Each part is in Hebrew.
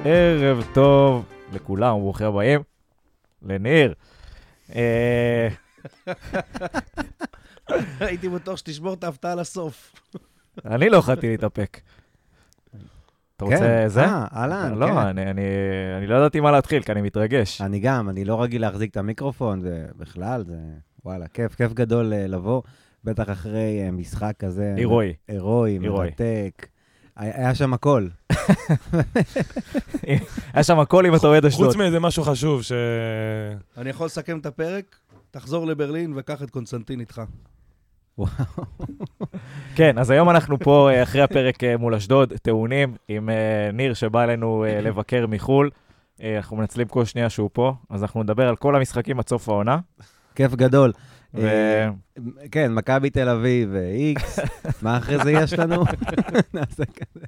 ערב טוב לכולם, ברוכים הבאים לניר. הייתי בטוח שתשמור את ההפתעה לסוף. אני לא יכולתי להתאפק. אתה רוצה זה? אהלן, לא, כן. אני לא ידעתי מה להתחיל, כי אני מתרגש. אני לא רגיל להחזיק את המיקרופון, ובכלל, זה, וואלה, כיף גדול לבוא, בטח אחרי משחק כזה. הירואי, מרתק. היה שם הכל. היה שם הכל אם אתה אוהד אשדוד. חוץ מאיזה משהו חשוב אני יכול לסכם את הפרק, תחזור לברלין וקח את קונסטנטין איתך. כן, אז היום אנחנו פה אחרי הפרק מול אשדוד, טעונים עם ניר שבא אלינו לבקר מחול. אנחנו מנצלים כל שנייה שהוא פה, אז אנחנו נדבר על כל המשחקים עד סוף העונה. כיף גדול. כן, מכבי תל אביב, איקס, מה אחרי זה יש לנו? נעשה כזה.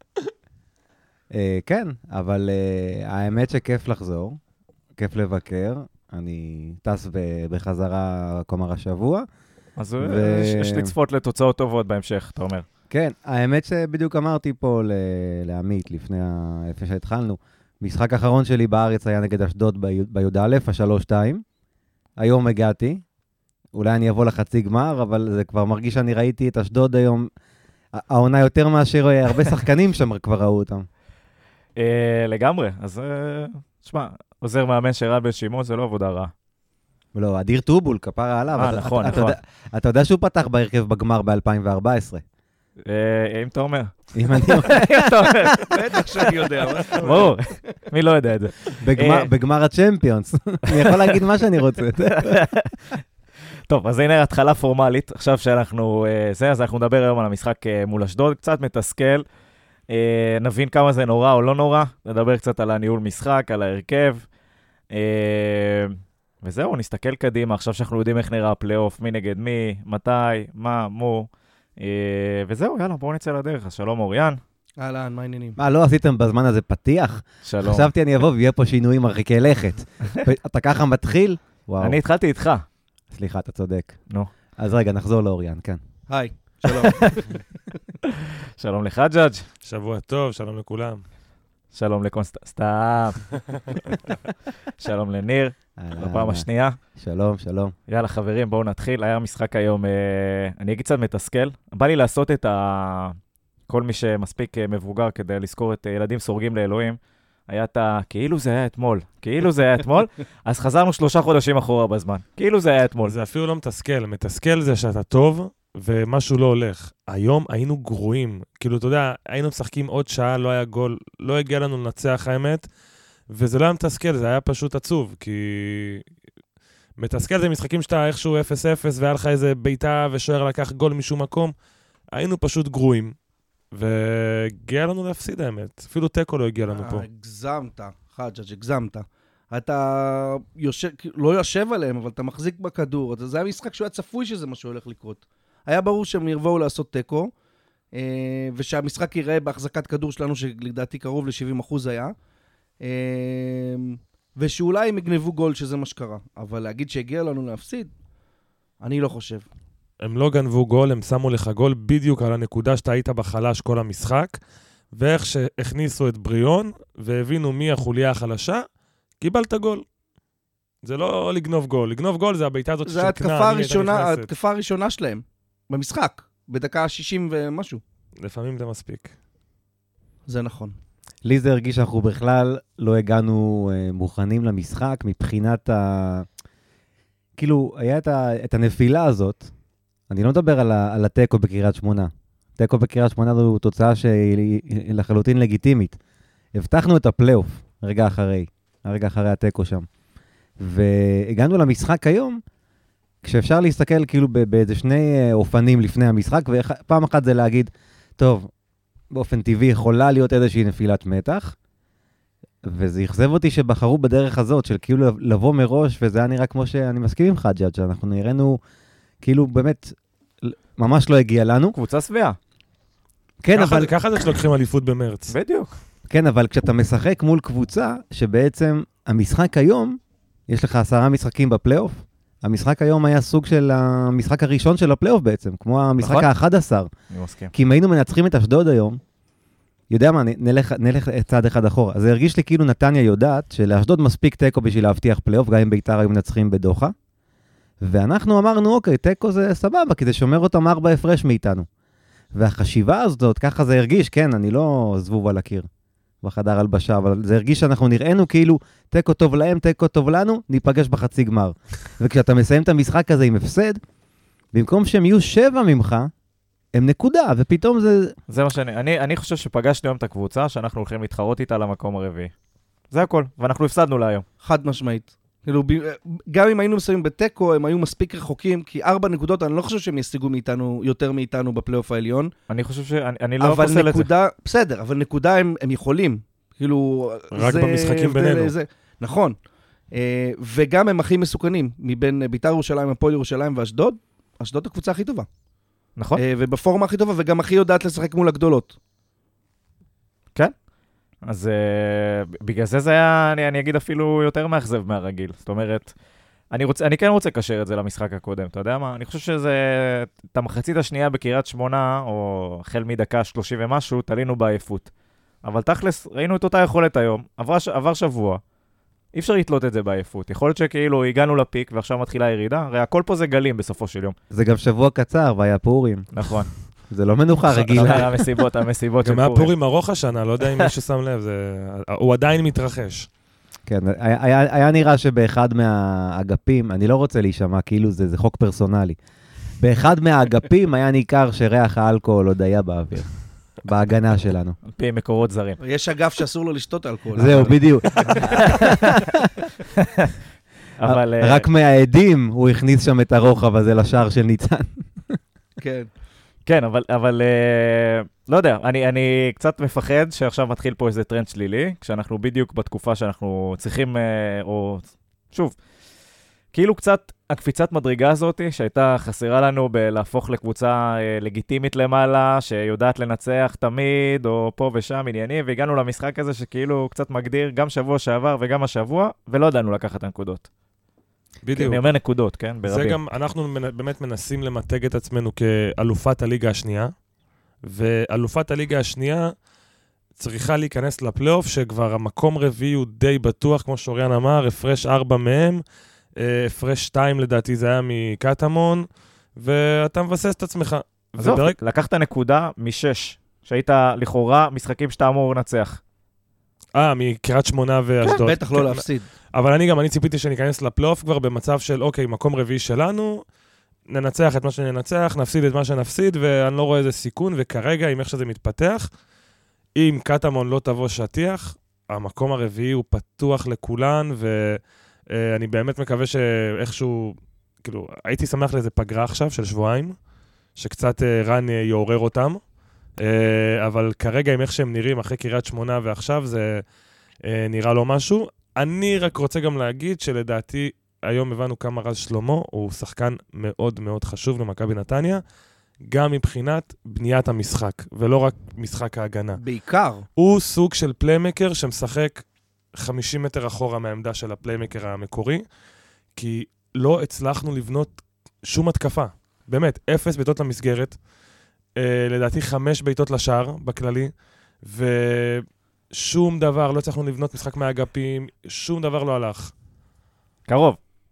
כן, אבל האמת שכיף לחזור, כיף לבקר. אני טס בחזרה כלומר השבוע. אז יש לצפות לתוצאות טובות בהמשך, אתה אומר. כן, האמת שבדיוק אמרתי פה לעמית לפני שהתחלנו, משחק האחרון שלי בארץ היה נגד אשדוד בי"א, ה-3-2. היום הגעתי, אולי אני אבוא לחצי גמר, אבל זה כבר מרגיש שאני ראיתי את אשדוד היום, העונה יותר מאשר הרבה שחקנים שם כבר ראו אותם. לגמרי, אז תשמע, עוזר מאמן שרן בן שמעון זה לא עבודה רעה. לא, אדיר טובול, כפרה עליו. נכון. אתה יודע שהוא פתח בהרכב בגמר ב-2014. אם אתה אומר. אם אני אומר. בטח שאני יודע. ברור, מי לא יודע את זה. בגמר הצ'מפיונס. אני יכול להגיד מה שאני רוצה. טוב, אז הנה התחלה פורמלית. עכשיו שאנחנו אז אנחנו נדבר היום על המשחק מול אשדוד. קצת מתסכל. נבין כמה זה נורא או לא נורא. נדבר קצת על הניהול משחק, על ההרכב. וזהו, נסתכל קדימה. עכשיו שאנחנו יודעים איך נראה הפלייאוף, מי נגד מי, מתי, מה, מו. וזהו, יאללה, בואו נצא לדרך. אז שלום אוריאן. אהלן, מה העניינים? מה, לא עשיתם בזמן הזה פתיח? שלום. חשבתי אני אבוא ויהיה פה שינויים מרחיקי לכת. אתה ככה מתחיל? וואו. אני התחלתי איתך. סליחה, אתה צודק. נו. אז רגע, נחזור לאוריאן, כן. היי, שלום. שלום לחג'אג'. שבוע טוב, שלום לכולם. שלום סתם. שלום לניר. בפעם השנייה. שלום. יאללה חברים, בואו נתחיל. היה משחק היום, אני אגיד קצת מתסכל. בא לי לעשות את כל מי שמספיק מבוגר כדי לזכור את ילדים סורגים לאלוהים. היה את כאילו זה היה אתמול, אז חזרנו 3 חודשים אחורה בזמן. כאילו זה היה אתמול. זה אפילו לא מתסכל. מתסכל זה שאתה טוב ומשהו לא הולך. היום היינו גרועים. כאילו, אתה יודע, היינו משחקים עוד שעה, לא היה גול, לא הגיע לנו לנצח האמת. וזה לא היה מתסכל, זה היה פשוט עצוב, כי מתסכל זה משחקים שאתה איכשהו 0-0, והיה לך איזה ביתה ושוער לקח גול משום מקום, היינו פשוט גרועים, והגיע לנו להפסיד האמת, אפילו טקו לא הגיע לנו פה. הגזמת, חג'אג', הגזמת. אתה לא יושב עליהם, אבל אתה מחזיק בכדור, זה היה משחק שהוא היה צפוי שזה מה שהולך לקרות. היה ברור שהם ירבואו לעשות טקו, ושהמשחק ייראה בהחזקת כדור שלנו, שלדעתי קרוב ל-70% היה, ושאולי הם יגנבו גול שזה מה שקרה, אבל להגיד שהגיע לנו להפסיד, אני לא חושב. הם לא גנבו גול, הם שמו לך גול בדיוק על הנקודה שאתה היית בחלש כל המשחק, ואיך שהכניסו את בריון, והבינו מי החוליה החלשה, קיבלת גול. זה לא לגנוב גול, לגנוב גול זה הביתה הזאת זה התקפה הראשונה שלהם, במשחק, בדקה 60 ומשהו. לפעמים זה מספיק. זה נכון. לי זה הרגיש שאנחנו בכלל לא הגענו מוכנים למשחק, מבחינת כאילו, היה את הנפילה הזאת, אני לא מדבר על הטקו בקריית שמונה. טקו בקריית שמונה זו תוצאה שהיא לחלוטין לגיטימית. הבטחנו את הפלייאוף, הרגע אחרי הטקו שם. והגענו למשחק היום, כשאפשר להסתכל כאילו באיזה 2 אופנים לפני המשחק, ופעם אחת זה להגיד, טוב, באופן טבעי יכולה להיות איזושהי נפילת מתח, וזה יחזב אותי שבחרו בדרך הזאת, של כאילו לבוא מראש, וזה היה נראה כמו שאני מסכים עם חג'אג' שאנחנו נראינו, כאילו באמת, ממש לא הגיע לנו. קבוצה שבעה. כן, אבל... ככה זה שלוקחים אליפות במרץ. בדיוק. כן, אבל כשאתה משחק מול קבוצה, שבעצם המשחק היום, יש לך 10 משחקים בפלייאוף, המשחק היום היה סוג של המשחק הראשון של הפלייאוף בעצם, כמו המשחק ה-11. אני מסכים. כי אם היינו מנצחים את אשדוד היום, יודע מה, נלך צעד אחד אחורה. אז זה הרגיש לי כאילו נתניה יודעת שלאשדוד מספיק טקו בשביל להבטיח פלייאוף, גם אם ביתר היו מנצחים בדוחה. ואנחנו אמרנו, אוקיי, טקו זה סבבה, כי זה שומר אותם 4 הפרש מאיתנו. והחשיבה הזאת, ככה זה הרגיש, כן, אני לא זבוב על הקיר בחדר הלבשה, אבל זה הרגיש שאנחנו נראינו כאילו, טקו טוב להם, טקו טוב לנו, ניפגש בחצי גמר. וכשאתה מסיים את המשחק הזה עם הפסד, במקום שהם יהיו 7 ממך, הם נקודה, ופתאום זה... זה מה אני חושב שפגשנו היום את הקבוצה, שאנחנו הולכים להתחרות איתה למקום הרביעי. זה הכל, ואנחנו הפסדנו לה היום. חד משמעית. כאילו, גם אם היינו מסיימים בטקו, הם היו מספיק רחוקים, כי 4 נקודות, אני לא חושב שהם ישיגו מאיתנו, יותר מאיתנו בפלייאוף העליון. אני חושב שאני לא פוסל את זה. בסדר, אבל נקודה הם יכולים. כאילו... רק במשחקים בינינו. נכון. וגם הם הכי מסוכנים, מבין ביתר ירושלים, הפועל ירושלים ואשדוד. אשדוד הקבוצה הכי טובה. נכון. ובפורמה הכי טובה, וגם הכי יודעת לשחק מול הגדולות. כן. אז בגלל זה היה, אני אגיד אפילו יותר מאכזב מהרגיל. זאת אומרת, אני כן רוצה לקשר את זה למשחק הקודם, אתה יודע מה? אני חושב שזה, את המחצית השנייה בקריית שמונה, או החל מדקה 30 ומשהו, תלינו בעייפות. אבל תכלס, ראינו את אותה יכולת היום, עבר שבוע, אי אפשר לתלות את זה בעייפות. יכול להיות שכאילו הגענו לפיק, ועכשיו מתחילה ירידה, הרי הכל פה זה גלים בסופו של יום. זה גם שבוע קצר, והיה פורים. נכון. זה לא מנוחה רגילה. המסיבות של פורים. גם היה פורים ארוך השנה, לא יודע אם מישהו שם לב, הוא עדיין מתרחש. כן, היה נראה שבאחד מהאגפים, אני לא רוצה להישמע, כאילו זה חוק פרסונלי. באחד מהאגפים היה ניכר שריח האלכוהול עוד היה באוויר. בהגנה שלנו. על פי מקורות זרים. יש אגף שאסור לו לשתות אלכוהול. זהו, בדיוק. אבל... רק מהעדים הוא הכניס שם את הרוחב הזה לשער של ניצן. כן. כן, אבל לא יודע, אני קצת מפחד שעכשיו מתחיל פה איזה טרנד שלילי, כשאנחנו בדיוק בתקופה שאנחנו צריכים, או שוב, כאילו קצת הקפיצת מדרגה הזאת, שהייתה חסרה לנו בלהפוך לקבוצה לגיטימית למעלה, שיודעת לנצח תמיד, או פה ושם עניינים, והגענו למשחק הזה שכאילו קצת מגדיר גם שבוע שעבר וגם השבוע, ולא ידענו לקחת את הנקודות. בדיוק. אני אומר נקודות, כן? ברבים. זה גם, אנחנו באמת מנסים למתג את עצמנו כאלופת הליגה השנייה, ואלופת הליגה השנייה צריכה להיכנס לפלייאוף, שכבר המקום רביעי הוא די בטוח, כמו שאוריאן אמר, הפרש 4 מהם, הפרש 2 לדעתי זה היה מקטמון, ואתה מבסס את עצמך. עזוב, לקחת נקודה מ6, שהיית לכאורה משחקים שאתה אמור לנצח. מקריית שמונה ואשדוד. כן, בטח לא להפסיד. אבל אני ציפיתי שניכנס לפלייאוף כבר במצב של, אוקיי, מקום רביעי שלנו, ננצח את מה שננצח, נפסיד את מה שנפסיד, ואני לא רואה איזה סיכון, וכרגע, עם איך שזה מתפתח, אם קטמון לא תבוא שטיח, המקום הרביעי הוא פתוח לכולן, ואני באמת מקווה שאיכשהו, כאילו, הייתי שמח לאיזה פגרה עכשיו של שבועיים, שקצת רן יעורר אותם, אבל כרגע, עם איך שהם נראים אחרי קריית שמונה ועכשיו, זה נראה לו משהו. אני רק רוצה גם להגיד שלדעתי, היום הבנו כמה רז שלמה, הוא שחקן מאוד מאוד חשוב למכבי נתניה, גם מבחינת בניית המשחק, ולא רק משחק ההגנה. בעיקר. הוא סוג של פליימקר שמשחק 50 מטר אחורה מהעמדה של הפליימקר המקורי, כי לא הצלחנו לבנות שום התקפה. באמת, 0 בעיטות למסגרת, לדעתי 5 בעיטות לשער בכללי, ושום דבר, לא הצלחנו לבנות משחק מהאגפים, שום דבר לא הלך. קרוב.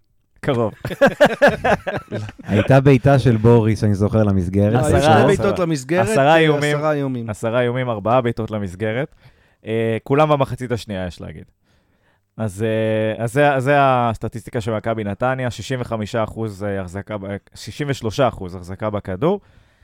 הייתה בעיטה של בוריס, אני זוכר, למסגרת. 10 בעיטות למסגרת, 10 איומים. 10 איומים, 4 בעיטות למסגרת. כולם במחצית השנייה, יש להגיד. אז זה הסטטיסטיקה של מכבי נתניה, 63% החזקה בכדור.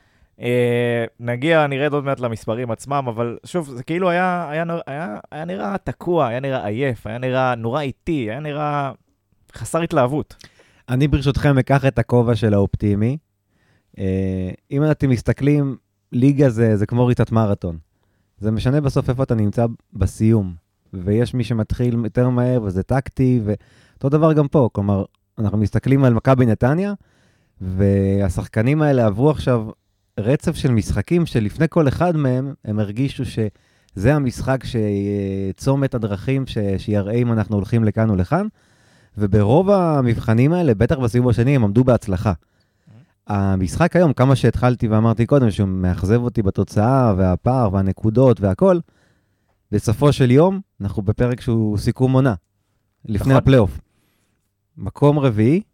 נרד עוד מעט למספרים עצמם, אבל שוב, זה כאילו היה נראה תקוע, היה נראה עייף, היה נראה נורא איטי, היה נראה חסר התלהבות. אני ברשותכם אקח את הכובע של האופטימי. אם אתם מסתכלים, ליגה זה כמו ריצת מרתון. זה משנה בסוף איפה אתה נמצא בסיום. ויש מי שמתחיל יותר מהר, וזה טקטי, ואותו דבר גם פה. כלומר, אנחנו מסתכלים על מכבי נתניה, והשחקנים האלה עברו עכשיו רצף של משחקים, שלפני כל אחד מהם, הם הרגישו שזה המשחק שצומת הדרכים, שיראה אם אנחנו הולכים לכאן או לכאן, וברוב המבחנים האלה, בטח בסיבוב השני, הם עמדו בהצלחה. המשחק היום, כמה שהתחלתי ואמרתי קודם, שהוא מאכזב אותי בתוצאה והפער והנקודות והכל, בסופו של יום, אנחנו בפרק שהוא סיכום עונה, לפני נכון. הפלייאוף. מקום רביעי,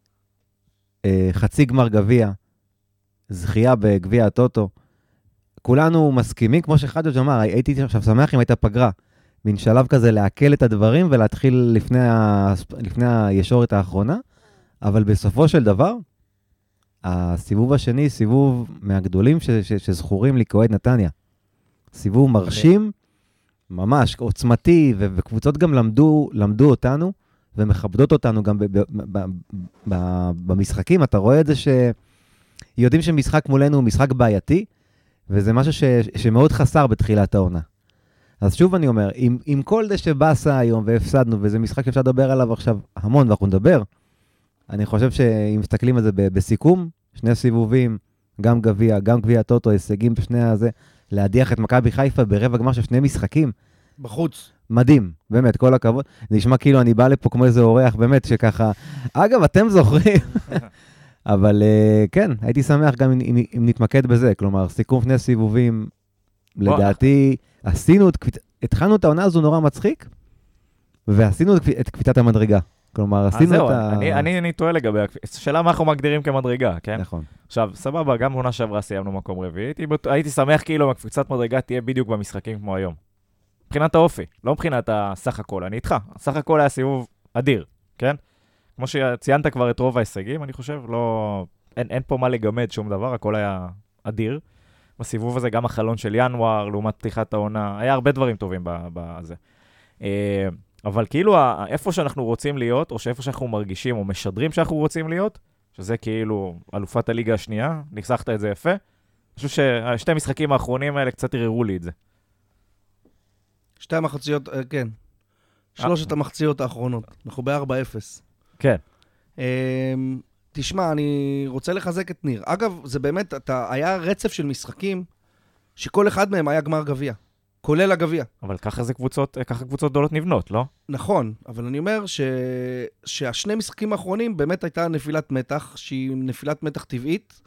חצי גמר גביע, זכייה בגביע הטוטו. כולנו מסכימים, כמו שחדג' אמר, הייתי עכשיו שמח אם הייתה פגרה, מן שלב כזה להקל את הדברים ולהתחיל לפני הישורת האחרונה, אבל בסופו של דבר, הסיבוב השני, סיבוב מהגדולים שזכורים לי כאוהד נתניה. סיבוב מרשים, ממש עוצמתי, וקבוצות גם למדו אותנו, ומכבדות אותנו גם במשחקים. אתה רואה את זה שיודעים שמשחק מולנו הוא משחק בעייתי, וזה משהו שמאוד חסר בתחילת העונה. אז שוב אני אומר, עם כל זה שבאסה היום והפסדנו, וזה משחק שאפשר לדבר עליו עכשיו המון, ואנחנו נדבר, אני חושב שאם מסתכלים על זה בסיכום, שני סיבובים, גם גביע, גם גביע טוטו, הישגים בשני הזה, להדיח את מכבי חיפה ברבע גמר של שני משחקים. בחוץ. מדהים, באמת, כל הכבוד. זה נשמע כאילו אני בא לפה כמו איזה אורח, באמת, שככה, אגב, אתם זוכרים. אבל כן, הייתי שמח גם אם נתמקד בזה, כלומר, סיכום שני סיבובים, לדעתי, התחלנו את העונה הזו נורא מצחיק, ועשינו את קפיצת המדרגה. כלומר, עשינו את ה... אני טועה לגבי השאלה מה אנחנו מגדירים כמדרגה, כן? נכון. עכשיו, סבבה, גם בעונה שעברה סיימנו מקום רביעי, הייתי שמח כאילו הקפיצת מדרגה תהיה בדיוק במשחקים כמו היום. מבחינת האופי, לא מבחינת הסך הכל, אני איתך. הסך הכל היה סיבוב אדיר, כן? כמו שציינת כבר את רוב ההישגים, אני חושב, אין פה מה לגמד שום דבר, הכל היה אדיר. בסיבוב הזה גם החלון של ינואר, לעומת פתיחת העונה, היה הרבה דברים טובים בזה. אבל כאילו, איפה שאנחנו רוצים להיות, או שאיפה שאנחנו מרגישים, או משדרים שאנחנו רוצים להיות, שזה כאילו אלופת הליגה השנייה, ניסחת את זה יפה, אני חושב שהשתי המשחקים האחרונים האלה קצת ערערו לי את זה. שתי המחציות, כן. שלושת המחציות האחרונות. אנחנו ב-4-0. כן. תשמע, אני רוצה לחזק את ניר. אגב, זה באמת, היה רצף של משחקים, שכל אחד מהם היה גמר גביע. כולל הגביע. אבל ככה קבוצות גדולות נבנות, לא? נכון, אבל אני אומר שהשני משחקים האחרונים באמת הייתה נפילת מתח, שהיא נפילת מתח טבעית.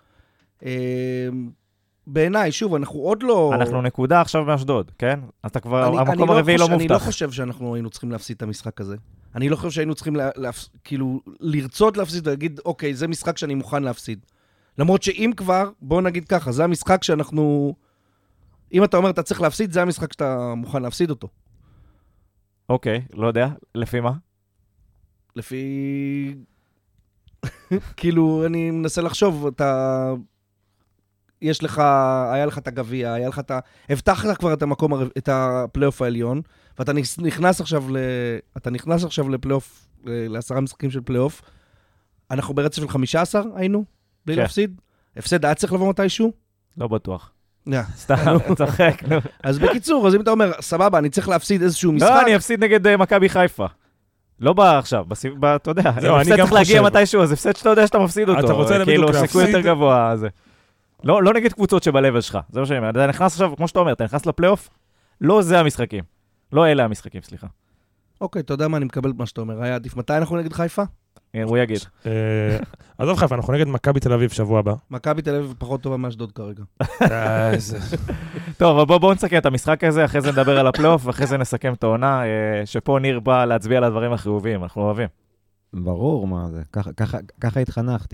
בעיניי, שוב, אנחנו עוד לא... אנחנו נקודה עכשיו באשדוד, כן? אתה כבר, המקום הרביעי לא מובטח. אני לא חושב שאנחנו היינו צריכים להפסיד את המשחק הזה. אני לא חושב שהיינו צריכים כאילו לרצות להפסיד ולהגיד, אוקיי, זה משחק שאני מוכן להפסיד. למרות שאם כבר, בוא נגיד ככה, זה המשחק שאנחנו... אם אתה אומר, אתה צריך להפסיד, זה המשחק שאתה מוכן להפסיד אותו. אוקיי, לא יודע. לפי מה? לפי... כאילו, אני מנסה לחשוב, היה לך את הגביע, היה לך את הבטחת כבר את המקום, את הפלייאוף העליון, ואתה נכנס עכשיו לפלייאוף, ל10 משחקים של פלייאוף. אנחנו ברצף של 15 היינו, בלי להפסיד. הפסד היה צריך לבוא מתישהו? לא בטוח. סתם, צוחק. אז בקיצור, אז אם אתה אומר, סבבה, אני צריך להפסיד איזשהו משחק. לא, אני אפסיד נגד מכבי חיפה. לא בא עכשיו, אתה יודע, הפסד צריך להגיע מתישהו, אז הפסד שאתה יודע שאתה מפסיד אותו. אתה רוצה כאילו, סיכוי יותר גבוה. לא נגד קבוצות שבלבל שלך. זה מה שאני אומר. אתה נכנס עכשיו, כמו שאתה אומר, אתה נכנס לפלייאוף, לא זה המשחקים. לא אלה המשחקים, סליחה. אוקיי, אתה יודע מה, אני מקבל את מה שאתה אומר. היה עדיף. מתי אנחנו נגד חיפה? הוא יגיד. עזוב חיפה, אנחנו נגד מכבי תל אביב שבוע הבא. מכבי תל אביב פחות טובה מאשדוד כרגע. טוב, אבל בואו נסכם את המשחק הזה, אחרי זה נדבר על הפלייאוף, ואחרי זה נסכם את העונה, שפה ניר בא להצביע על הדברים החיוביים, אנחנו אוהבים. ברור, מה זה, ככה התחנכתי.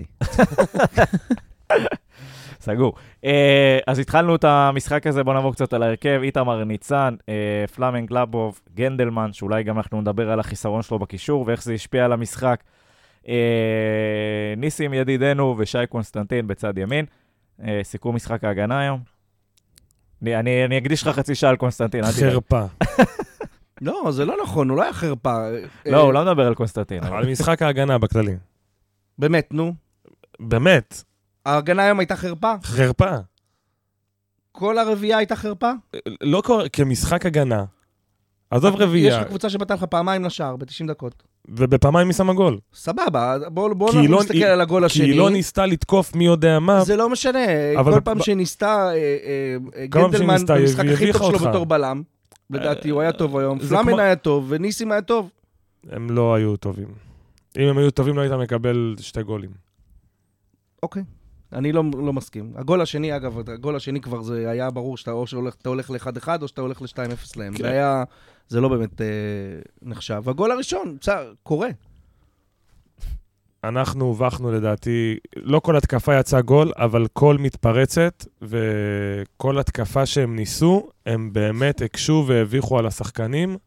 סגור. אז התחלנו את המשחק הזה, בואו נעבור קצת על ההרכב, איתמר ניצן, פלאמנג לבוב, גנדלמן, שאולי גם אנחנו נדבר על החיסרון שלו בקישור, ואיך זה השפיע על המשחק. ניסים ידידנו ושי קונסטנטין בצד ימין. סיכום משחק ההגנה היום. אני אקדיש לך חצי שעה על קונסטנטין. חרפה. לא, זה לא נכון, הוא לא היה חרפה. לא, הוא לא מדבר על קונסטנטין. על משחק ההגנה בכללי. באמת, נו. באמת. ההגנה היום הייתה חרפה? חרפה. כל הרביעייה הייתה חרפה? לא כמשחק הגנה. עזוב רביעייה. יש לך קבוצה שבתה לך פעמיים לשער ב-90 דקות. ובפעמיים היא שמה גול. סבבה, בואו נסתכל על הגול השני. כי היא לא ניסתה לתקוף מי יודע מה. זה לא משנה. כל פעם שניסתה, גנדלמן במשחק הכי טוב שלו בתור בלם, לדעתי הוא היה טוב היום, פלאמן היה טוב וניסים היה טוב. הם לא היו טובים. אם הם היו טובים לא היית מקבל 2 גולים. אוקיי, אני לא מסכים. הגול השני, אגב, הגול השני כבר זה היה ברור שאתה או שאתה הולך ל-1-1 או שאתה הולך ל-2-0 להם. זה לא באמת נחשב. הגול הראשון, קורה. אנחנו הובכנו לדעתי, לא כל התקפה יצא גול, אבל כל מתפרצת, וכל התקפה שהם ניסו, הם באמת הקשו והביכו על השחקנים,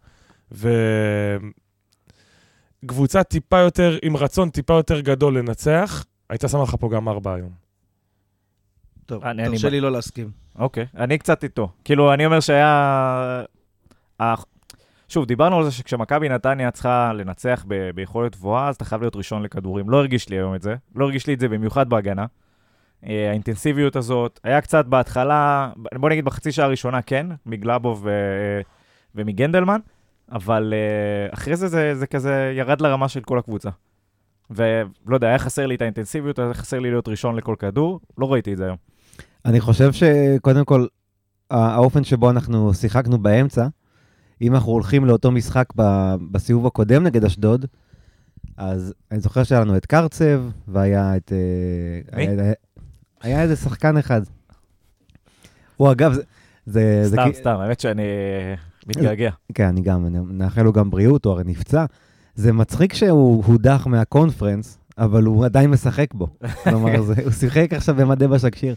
וקבוצה טיפה יותר, עם רצון טיפה יותר גדול לנצח, הייתה שמה לך פה גם 4 היום. טוב, תרשה לי לא להסכים. אוקיי, אני קצת איתו. כאילו, אני אומר שהיה... שוב, דיברנו על זה שכשמכבי נתניה צריכה לנצח ביכולת גבוהה, אז אתה חייב להיות ראשון לכדורים. לא הרגיש לי היום את זה. לא הרגיש לי את זה במיוחד בהגנה. האינטנסיביות הזאת, היה קצת בהתחלה, בוא נגיד בחצי שעה הראשונה כן, מגלאבוב ומגנדלמן, אבל אחרי זה כזה ירד לרמה של כל הקבוצה. ולא יודע, היה חסר לי את האינטנסיביות, היה חסר לי להיות ראשון לכל כדור, לא ראיתי את זה היום. אני חושב שקודם כל, האופן שבו אנחנו שיחקנו באמצע, אם אנחנו הולכים לאותו משחק בסיבוב הקודם נגד אשדוד, אז אני זוכר שהיה לנו את קרצב, והיה את... מי? היה איזה שחקן אחד. הוא אגב, זה... סתם, האמת שאני מתגעגע. כן, אני גם, נאחל לו גם בריאות, הוא הרי נפצע. זה מצחיק שהוא הודח מהקונפרנס, אבל הוא עדיין משחק בו. כלומר, הוא שיחק עכשיו במדי בשקשיר.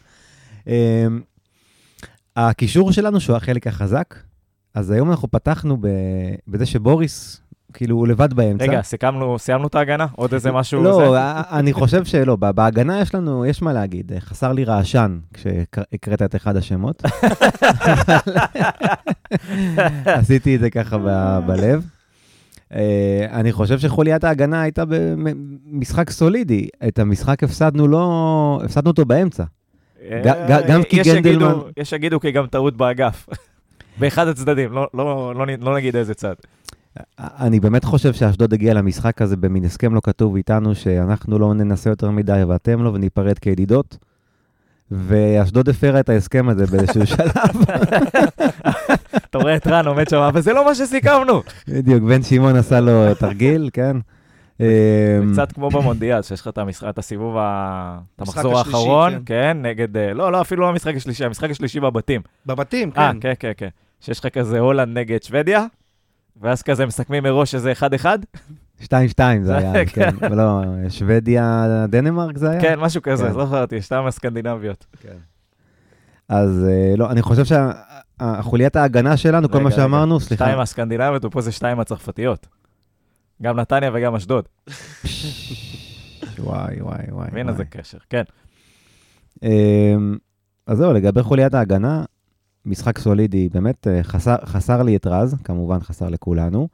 הקישור שלנו, שהוא החלק החזק, אז היום אנחנו פתחנו בזה שבוריס, כאילו, הוא לבד באמצע. רגע, סיימנו את ההגנה? עוד איזה משהו? לא, אני חושב שלא. בהגנה יש מה להגיד. חסר לי רעשן כשהקראת את אחד השמות. עשיתי את זה ככה בלב. אני חושב שחוליית ההגנה הייתה במשחק סולידי. את המשחק הפסדנו אותו באמצע. גם כי גנדלמן... יש שיגידו כי גם טעות באגף. באחד הצדדים, לא נגיד איזה צד. אני באמת חושב שאשדוד הגיע למשחק הזה במין הסכם לא כתוב איתנו, שאנחנו לא ננסה יותר מדי ואתם לא, וניפרד כידידות. ואשדוד הפרה את ההסכם הזה באיזשהו שלב. אתה רואה את רן עומד שם, אבל זה לא מה שסיכמנו. בדיוק, בן שמעון עשה לו תרגיל, כן. קצת כמו במונדיאל, שיש לך את הסיבוב, את המחזור האחרון, כן, נגד, לא, אפילו לא המשחק השלישי, המשחק השלישי בבתים. בבתים, כן. כן. שיש לך כזה הולנד נגד שוודיה, ואז כזה מסכמים מראש שזה 1-1. 2-2 זה היה, כן. ולא, שוודיה, דנמרק זה היה? כן, משהו כזה, לא חרתי, 2 הסקנדינביות. כן. אז לא, אני חושב שהחוליית ההגנה שלנו, כל מה שאמרנו, סליחה. 2 הסקנדינביות, ופה זה 2 הצרפתיות. גם נתניה וגם אשדוד. וואי. מבין איזה קשר, כן. אז זהו, לגבי חוליית ההגנה, משחק סולידי, באמת חסר לי את רז, כמובן חסר לכולנו,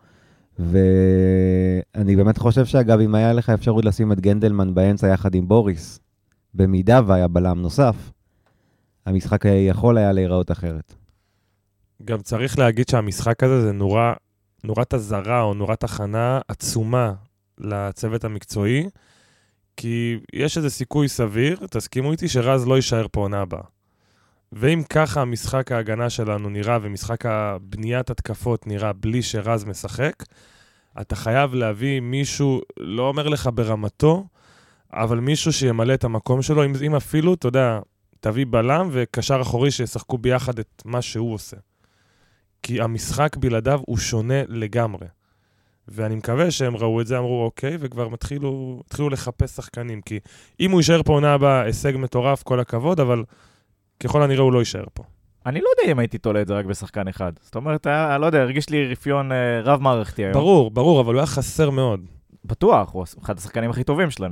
ואני באמת חושב שאגב, אם היה לך אפשרות לשים את גנדלמן באמצע יחד עם בוריס, במידה והיה בלם נוסף, המשחק יכול היה להיראות אחרת. גם צריך להגיד שהמשחק הזה זה נורת הזרה או נורת הכנה עצומה לצוות המקצועי, כי יש איזה סיכוי סביר, תסכימו איתי, שרז לא יישאר פה עונה הבאה. ואם ככה המשחק ההגנה שלנו נראה, ומשחק הבניית התקפות נראה בלי שרז משחק, אתה חייב להביא מישהו, לא אומר לך ברמתו, אבל מישהו שימלא את המקום שלו, אם אפילו, אתה יודע, תביא בלם וקשר אחורי שישחקו ביחד את מה שהוא עושה. כי המשחק בלעדיו הוא שונה לגמרי. ואני מקווה שהם ראו את זה, אמרו אוקיי, וכבר התחילו לחפש שחקנים, כי אם הוא יישאר פה עונה הבאה, הישג מטורף, כל הכבוד, אבל ככל הנראה הוא לא יישאר פה. אני לא יודע אם הייתי תולה את זה רק בשחקן אחד. זאת אומרת, לא יודע, הרגיש לי רפיון רב מערכתי היום. ברור, אבל הוא היה חסר מאוד. בטוח, הוא אחד השחקנים הכי טובים שלנו.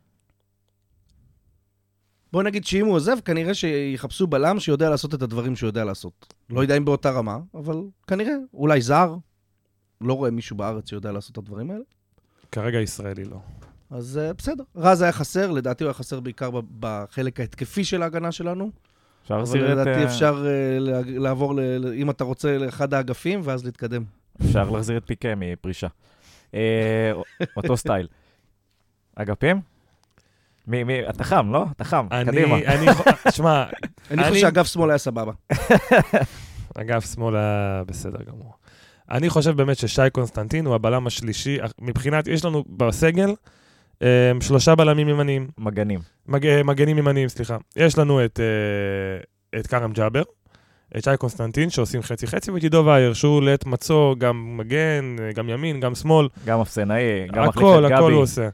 בוא נגיד שאם הוא עוזב, כנראה שיחפשו בלם שיודע לעשות את הדברים שהוא יודע לעשות. לא יודע אם באותה רמה, אבל כנראה, אולי זר. לא רואה מישהו בארץ שיודע לעשות את הדברים האלה. כרגע ישראלי לא. אז בסדר. רז היה חסר, לדעתי הוא היה חסר בעיקר בחלק ההתקפי של ההגנה שלנו. אבל לדעתי אפשר לעבור, אם אתה רוצה, לאחד האגפים, ואז להתקדם. אפשר להחזיר את פיקה מפרישה. אותו סטייל. אגפים? אתה חם, לא? אתה חם, קדימה. תשמע, אני חושב שאגף שמאל היה סבבה. אגף שמאל היה בסדר גמור. אני חושב באמת ששי קונסטנטין הוא הבלם השלישי, מבחינת, יש לנו בסגל 3 בלמים ימניים. מגנים. מגנים ימניים, סליחה. יש לנו את קרם ג'אבר, את שי קונסטנטין, שעושים חצי-חצי, ואת עידו וייר, שהוא לעת מצוא, גם מגן, גם ימין, גם שמאל. גם אפסנאי, גם מחליף את גבי. הכל הוא עושה.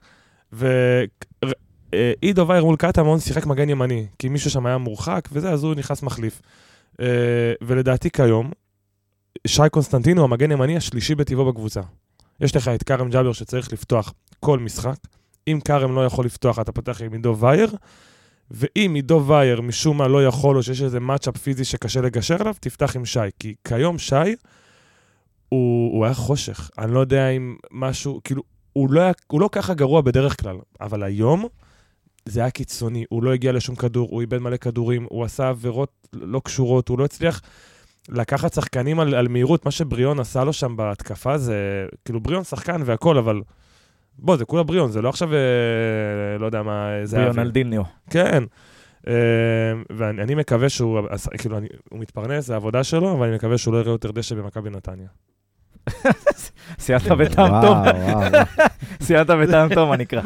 ועידו וייר מול קטמון שיחק מגן ימני, כי מישהו שם היה מורחק, וזה, אז הוא נכנס מחליף. ולדעתי כיום, שי קונסטנטין הוא המגן ימני השלישי בטבעו בקבוצה. יש לך את קרם ג'אבר שצריך לפתוח כל משחק. אם קרם לא יכול לפתוח, אתה פותח עם עידו וייר, ואם עידו וייר משום מה לא יכול, או שיש איזה מאצ'אפ פיזי שקשה לגשר עליו, תפתח עם שי. כי כיום שי, הוא היה חושך. אני לא יודע אם משהו, כאילו, הוא לא ככה גרוע בדרך כלל, אבל היום זה היה קיצוני. הוא לא הגיע לשום כדור, הוא איבד מלא כדורים, הוא עשה עבירות לא קשורות, הוא לא הצליח לקחת שחקנים על מהירות. מה שבריון עשה לו שם בהתקפה זה, כאילו בריון שחקן והכל, אבל בוא, זה כולה בריון, זה לא עכשיו, לא יודע מה, זה בריון על דיניו. כן. ואני מקווה שהוא, כאילו, הוא מתפרנס, זה העבודה שלו, אבל אני מקווה שהוא לא יראה יותר דשא במכבי נתניה. סיימת בטעם טוב. סיימת בטעם טוב, מה נקרא.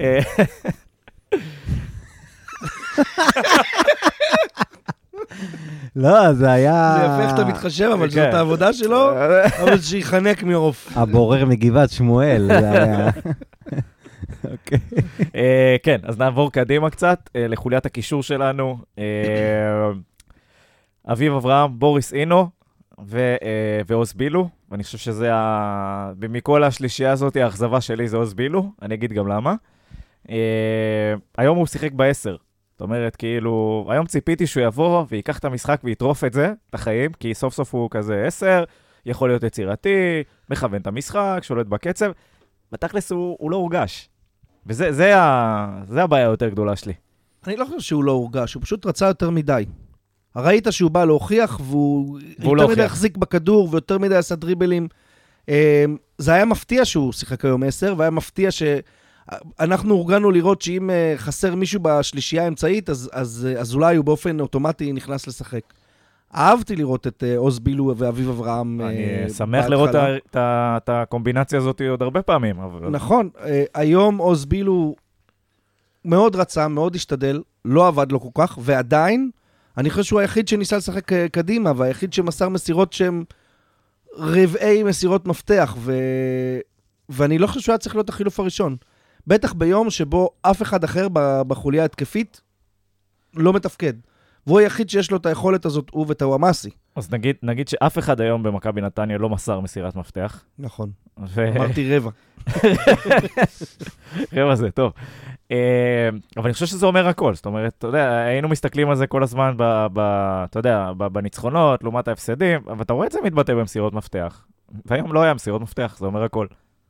לא, זה היה... זה יפה איך אתה מתחשב, אבל זאת העבודה שלו, אבל שיחנק מעוף. הבורר מגבעת שמואל, זה היה... כן, אז נעבור קדימה קצת לחוליית הקישור שלנו. אביב אברהם, בוריס אינו ועוז בילו, ואני חושב שזה, מכל השלישייה הזאת, האכזבה שלי זה עוז בילו, אני אגיד גם למה. היום הוא שיחק ב10, זאת אומרת, כאילו, היום ציפיתי שהוא יבוא ויקח את המשחק ויטרוף את זה, את החיים, כי סוף סוף הוא כזה 10, יכול להיות יצירתי, מכוון את המשחק, שולט בקצב, בתכלס הוא לא הורגש. וזה הבעיה היותר גדולה שלי. אני לא חושב שהוא לא הורגש, הוא פשוט רצה יותר מדי. ראית שהוא בא להוכיח, והוא יותר מדי החזיק בכדור, ויותר מדי עשה דריבלים. זה היה מפתיע שהוא שיחק היום 10, והיה מפתיע שאנחנו הורגנו לראות שאם חסר מישהו בשלישייה האמצעית, אז אולי הוא באופן אוטומטי נכנס לשחק. אהבתי לראות את עוז בילו ואביב אברהם. אני שמח לראות את הקומבינציה הזאת עוד הרבה פעמים. נכון, היום עוז בילו מאוד רצה, מאוד השתדל, לא עבד לו כל כך, ועדיין, אני חושב שהוא היחיד שניסה לשחק קדימה, והיחיד שמסר מסירות שהן רבעי מסירות מפתח, ואני לא חושב שהוא היה צריך להיות החילוף הראשון. בטח ביום שבו אף אחד אחר בחוליה התקפית לא מתפקד. והוא היחיד שיש לו את היכולת הזאת, הוא וטוואמאסי. אז נגיד שאף אחד היום במכבי נתניה לא מסר מסירת מפתח. נכון. אמרתי רבע. רבע זה, טוב. אבל אני חושב שזה אומר הכל. זאת אומרת, אתה יודע, היינו מסתכלים על זה כל הזמן, אתה יודע, בניצחונות, לעומת ההפסדים, אבל אתה רואה את זה מתבטא במסירות מפתח. והיום לא היה מסירות מפתח, זה אומר הכל.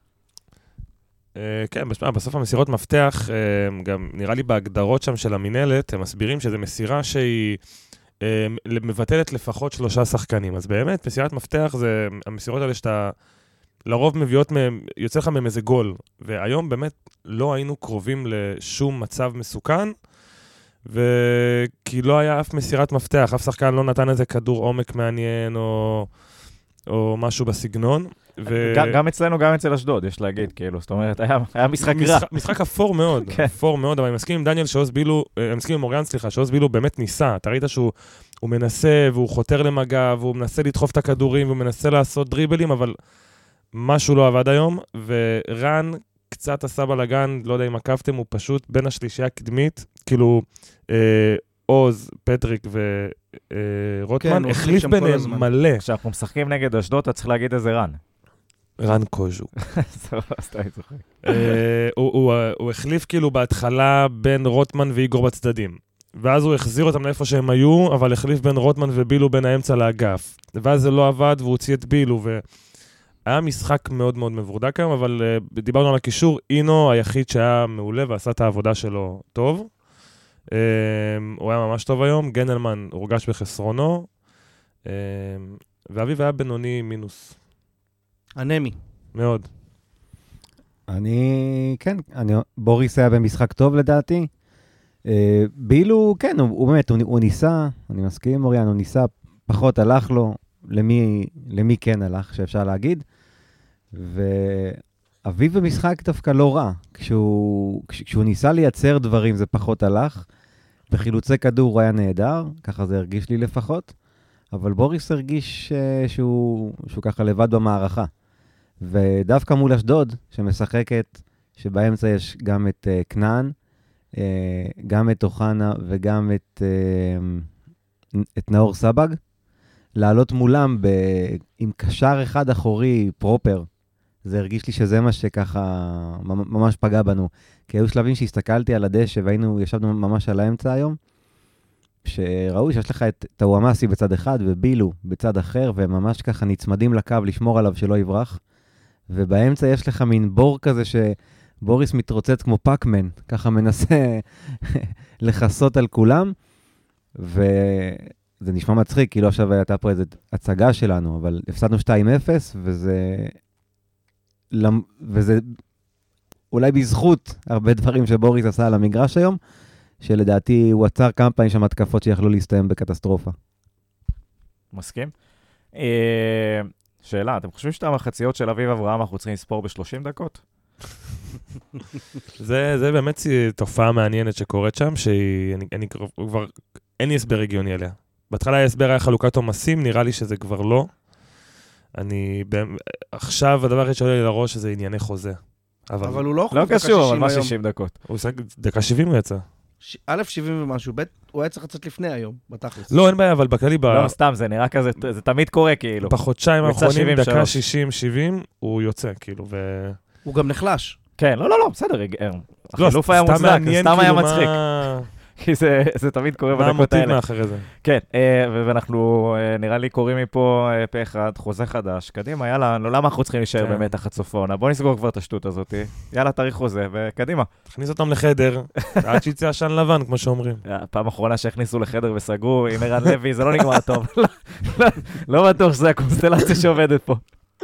כן, בסוף המסירות מפתח, גם נראה לי בהגדרות שם של המנהלת, הם מסבירים שזה מסירה שהיא מבטלת לפחות 3 שחקנים. אז באמת, מסירת מפתח זה המסירות האלה שאתה לרוב מביאות מהם, יוצא לך מהם איזה גול. והיום באמת לא היינו קרובים לשום מצב מסוכן, כי לא היה אף מסירת מפתח, אף שחקן לא נתן איזה כדור עומק מעניין או משהו בסגנון. גם אצלנו, גם אצל אשדוד, יש להגיד, כאילו, זאת אומרת, היה משחק רע. משחק אפור מאוד, אפור מאוד, אבל אני מסכים עם דניאל שעוז בילו, אני מסכים עם אוריאן, סליחה, שעוז בילו באמת ניסה, אתה ראית שהוא מנסה, והוא חותר למגע, והוא מנסה לדחוף את הכדורים, והוא מנסה לעשות דריבלים, אבל משהו לא עבד היום, ורן קצת עשה בלגן, לא יודע אם עקבתם, הוא פשוט בין השלישייה הקדמית, כאילו, עוז, פטריק ורוטמן, החליף ביניהם מלא. כשאנחנו משחקים נגד אשדוד, אתה צריך להגיד איזה רן. רן קוז'וק. הוא החליף כאילו בהתחלה בין רוטמן ואיגור בצדדים. ואז הוא החזיר אותם לאיפה שהם היו, אבל החליף בין רוטמן ובילו בין האמצע לאגף. ואז זה לא עבד והוא הוציא את בילו. והיה משחק מאוד מאוד מבורדק היום, אבל דיברנו על הקישור, אינו היחיד שהיה מעולה ועשה את העבודה שלו טוב. הוא היה ממש טוב היום, גנלמן הורגש בחסרונו, ואביב היה בינוני מינוס. אנמי. מאוד. בוריס היה במשחק טוב לדעתי. בילו, כן, הוא באמת, הוא ניסה, אני מסכים אוריאן, הוא ניסה, פחות הלך לו, למי כן הלך, שאפשר להגיד. אביב במשחק דווקא לא רע. כשהוא ניסה לייצר דברים זה פחות הלך. בחילוצי כדור הוא היה נהדר, ככה זה הרגיש לי לפחות. אבל בוריס הרגיש שהוא ככה לבד במערכה. ודווקא מול אשדוד, שמשחקת, שבאמצע יש גם את כנען, גם את אוחנה וגם את נאור סבג, לעלות מולם עם קשר אחד אחורי פרופר. זה הרגיש לי שזה מה שככה ממש פגע בנו. כי היו שלבים שהסתכלתי על הדשא ישבנו ממש על האמצע היום, שראו שיש לך את טוואמאסי בצד אחד ובילו בצד אחר, וממש ככה נצמדים לקו לשמור עליו שלא יברח. ובאמצע יש לך מין בור כזה שבוריס מתרוצץ כמו פאקמן, ככה מנסה לחסות על כולם, וזה נשמע מצחיק, כאילו עכשיו הייתה פה איזו הצגה שלנו, אבל הפסדנו 2-0, וזה אולי בזכות הרבה דברים שבוריס עשה על המגרש היום, שלדעתי הוא עצר כמה פעמים שם התקפות שיכלו להסתיים בקטסטרופה. מסכים? שאלה, אתם חושבים שאתה המחציות של אביב אברהם אנחנו צריכים לספור ב-30 דקות? זה באמת תופעה מעניינת שקורית שם, שאני כבר, אין לי הסבר הגיוני עליה. בהתחלה ההסבר היה חלוקת עומסים, נראה לי שזה כבר לא. עכשיו הדבר הכי שעולה לי לראש שזה ענייני חוזה. אבל הוא לא לא קשור, אבל מה 60 דקות? הוא עושה דקה 70 הוא יצא. א' 70 ומשהו, ב' הוא היה צריך לצאת לפני היום, בתכלס. לא, אין בעיה, אבל בכללי... לא, סתם, זה נראה כזה, זה תמיד קורה כאילו. בחודשיים האחרונים, דקה 60-70, הוא יוצא, כאילו, הוא גם נחלש. כן, לא, בסדר, החילוף היה מוצדק, סתם היה מצחיק. כי זה תמיד קורה בדקות האלה. מה המוטיב מאחרי זה? כן, ואנחנו נראה לי קוראים מפה פה אחד, חוזה חדש, קדימה, יאללה, למה אנחנו צריכים להישאר באמת תחת צפון? בוא נסגור כבר את השטות הזאת, יאללה, תאריך חוזה, וקדימה. תכניס אותם לחדר, עד שיצא עשן לבן, כמו שאומרים. פעם אחרונה שהכניסו לחדר וסגרו, עם ערן לוי, זה לא נגמר טוב. לא בטוח שזה הקונסטלציה שעובדת פה.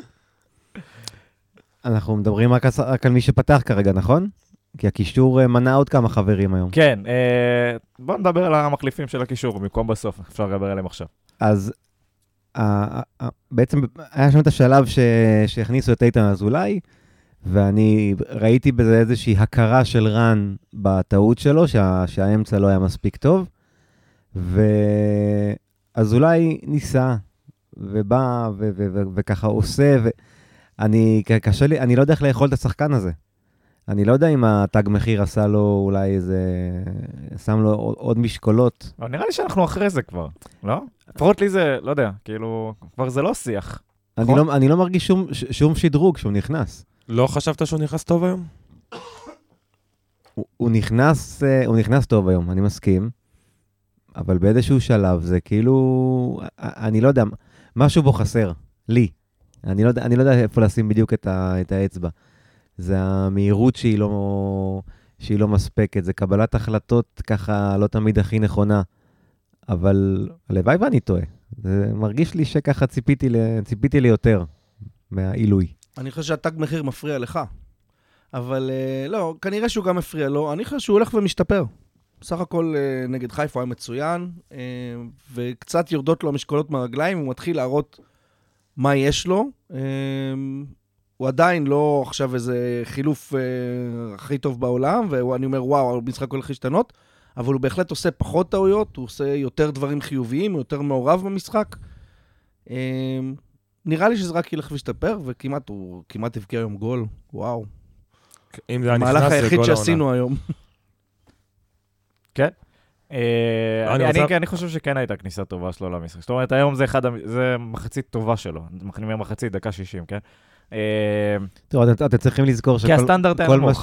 אנחנו מדברים רק על מי שפתח כרגע, נכון? כי הקישור מנע עוד כמה חברים היום. כן, בוא נדבר על המחליפים של הקישור, במקום בסוף, אפשר לדבר עליהם עכשיו. אז בעצם היה שם את השלב שהכניסו את איתן אזולאי, ואני ראיתי בזה איזושהי הכרה של רן בטעות שלו, שהאמצע לא היה מספיק טוב, ואזולאי ניסה, ובא, וככה עושה, קשה לי, אני לא יודע איך לאכול את השחקן הזה. אני לא יודע אם התג מחיר עשה לו אולי שם לו עוד משקולות. אבל נראה לי שאנחנו אחרי זה כבר, לא? לפחות לי זה, לא יודע, כאילו, כבר זה לא שיח. אני לא מרגיש שום שדרוג שהוא נכנס. לא חשבת שהוא נכנס טוב היום? הוא נכנס טוב היום, אני מסכים, אבל באיזשהו שלב זה כאילו, אני לא יודע, משהו בו חסר, לי. אני לא יודע איפה לשים בדיוק את האצבע. זה המהירות שהיא לא מספקת, זה קבלת החלטות ככה לא תמיד הכי נכונה, אבל הלוואי ואני טועה. זה מרגיש לי שככה ציפיתי לי יותר מהעילוי. אני חושב שהתג מחיר מפריע לך, אבל לא, כנראה שהוא גם מפריע לו, אני חושב שהוא הולך ומשתפר. בסך הכל נגד חיפה הוא היה מצוין, וקצת יורדות לו המשקולות מהרגליים, הוא מתחיל להראות מה יש לו, הוא עדיין לא עכשיו איזה חילוף הכי טוב בעולם, ואני אומר, וואו, המשחק הולך להשתנות, אבל הוא בהחלט עושה פחות טעויות, הוא עושה יותר דברים חיוביים, הוא יותר מעורב במשחק. נראה לי שזה רק ילך וישתפר, הוא כמעט הבקיע היום גול, וואו. המהלך היחיד שעשינו היום. כן. אני חושב שכן הייתה כניסה טובה שלו למשחק. זאת אומרת, היום זה מחצית טובה שלו. אני מחצית, דקה 60, כן? תראו, אתם צריכים לזכור כי הסטנדרט היה נמוך.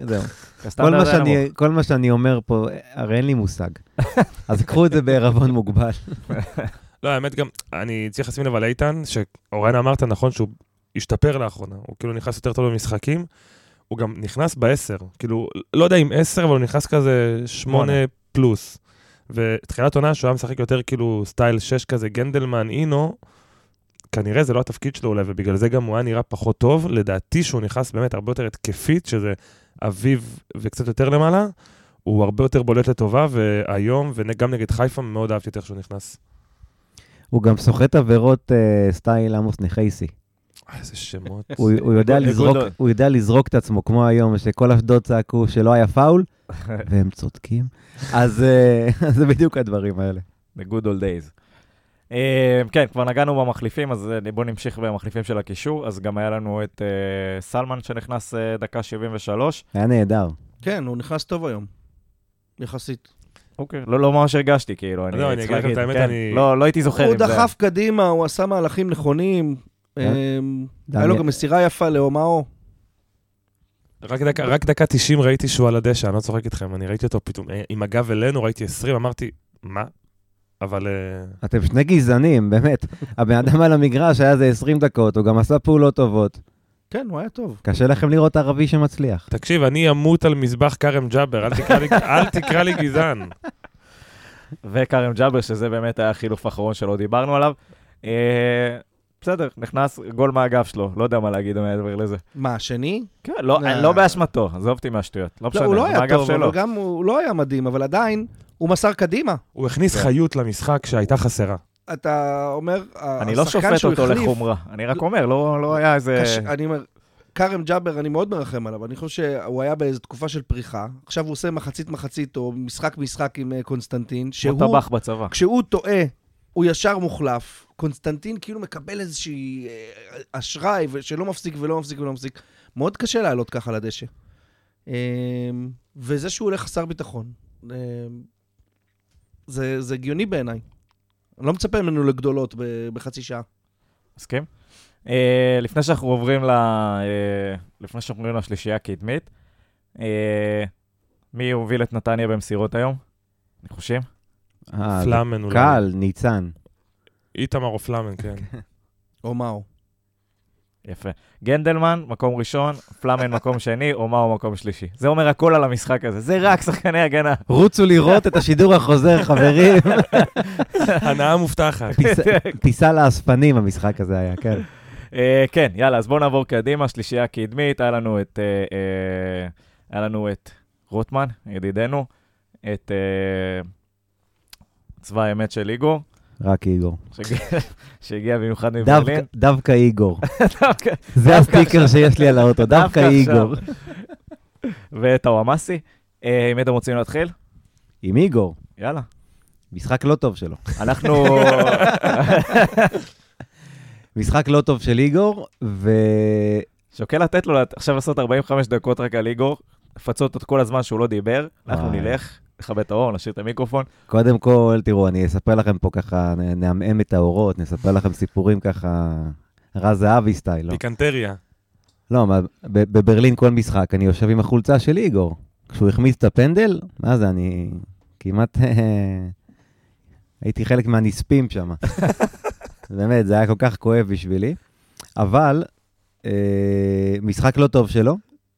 כל מה שאני אומר פה, הרי אין לי מושג. אז קחו את זה בערבון מוגבל. לא, האמת גם, אני צריך לשים לב על איתן, שאורן אמרת נכון שהוא השתפר לאחרונה. הוא כאילו נכנס יותר טוב במשחקים. הוא גם נכנס ב10. כאילו, לא יודע אם 10, אבל הוא נכנס כזה 8 פלוס. ותחילת עונה שהוא היה משחק יותר כאילו סטייל 6 כזה, גנדלמן, אינו, כנראה זה לא התפקיד שלו אולי, ובגלל זה גם הוא היה נראה פחות טוב. לדעתי שהוא נכנס באמת הרבה יותר התקפית, שזה אביב וקצת יותר למעלה, הוא הרבה יותר בולט לטובה, והיום, וגם נגד חיפה, מאוד אהבתי יותר שהוא נכנס. הוא גם סוחט עבירות סטייל עמוס נחייסי. איזה שמות. הוא יודע לזרוק את עצמו, כמו היום, שכל אשדוד צעקו שלא היה פאול, והם צודקים. אז זה בדיוק הדברים האלה. The good old days. כן, כבר נגענו במחליפים, אז בואו נמשיך במחליפים של הקישור. אז גם היה לנו את סלמן שנכנס דקה 73. היה נהדר. כן, הוא נכנס טוב היום. יחסית. אוקיי, לא ממש הרגשתי, כאילו, אני אגיד לכם את האמת, אני... לא הייתי זוכר הוא עם זה. דחף קדימה, הוא עשה מהלכים נכונים. היה לו גם מסירה יפה לאומאו. רק דקה 90 ראיתי שהוא על הדשא, אני לא צוחק איתכם, אני ראיתי אותו פתאום, עם הגב אלינו, ראיתי 20, אמרתי, מה? אבל... אתם שני גזענים, באמת. הבן אדם על המגרש היה זה 20 דקות, הוא גם עשה פעולות טובות. כן, הוא היה טוב. קשה לכם לראות ערבי שמצליח. תקשיב, אני אמות על מזבח קרם ג'אבר, אל תקרא לי גזען. וקרם ג'אבר, שזה באמת היה החילוף האחרון שלא דיברנו עליו. בסדר, נכנס גול מהאגף שלו, לא יודע מה להגיד מעבר לזה. מה, השני? כן, לא באשמתו, עזוב אותי מהשטויות, לא משנה, הוא לא היה טוב, שלו. אבל גם הוא לא היה מדהים, אבל עדיין הוא מסר קדימה. הוא הכניס חיות למשחק שהייתה חסרה. אתה אומר, אני לא שופט אותו לחומרה, אני רק אומר, לא היה איזה... אני אומר, קרם ג'אבר, אני מאוד מרחם עליו, אני חושב שהוא היה באיזו תקופה של פריחה, עכשיו הוא עושה מחצית או משחק עם קונסטנטין, הוא טבח בצבא. כשהוא טועה, הוא ישר מוחלף. קונסטנטין כאילו מקבל איזושהי אשראי שלא מפסיק ולא מפסיק ולא מפסיק. מאוד קשה לעלות ככה לדשא. וזה שהוא הולך חסר ביטחון. זה הגיוני בעיניי. אני לא מצפה ממנו לגדולות בחצי שעה. מסכים? לפני שאנחנו עוברים לשלישייה הקדמית, מי הוביל את נתניה במסירות היום? ניחושים? פלאמן אולי. קל, ניצן. איתמר או פלאמן, כן. או מאו. יפה. גנדלמן, מקום ראשון, פלאמן מקום שני, או מאו מקום שלישי. זה אומר הכל על המשחק הזה. זה רק שחקני הגנה. רוצו לראות את השידור החוזר, חברים. הנאה מובטחת. טיסה לאספנים המשחק הזה היה, כן. כן, יאללה, אז בואו נעבור קדימה, שלישייה קדמית. היה לנו את רוטמן, ידידנו, את צבא האמת של איגור. רק איגור. שהגיע במיוחד מברלין. דווקא איגור. זה הסטיקר שיש לי על האוטו, דווקא איגור. ואת הוואמאסי. אם אתם רוצים להתחיל? עם איגור. יאללה. משחק לא טוב שלו. אנחנו... משחק לא טוב של איגור, שוקל לתת לו עכשיו לעשות 45 דקות רק על איגור, לפצות את כל הזמן שהוא לא דיבר, אנחנו נלך. נכבה את האור, נשאיר את המיקרופון. קודם כל, תראו, אני אספר לכם פה ככה, נעמעם את האורות, נספר לכם סיפורים ככה, רז זהבי סטייל, לא? פיקנטריה. לא, בברלין כל משחק, אני יושב עם החולצה של איגור. כשהוא החמיץ את הפנדל, מה זה, אני כמעט... הייתי חלק מהנספים שם. באמת, זה היה כל כך כואב בשבילי. אבל, משחק לא טוב שלו,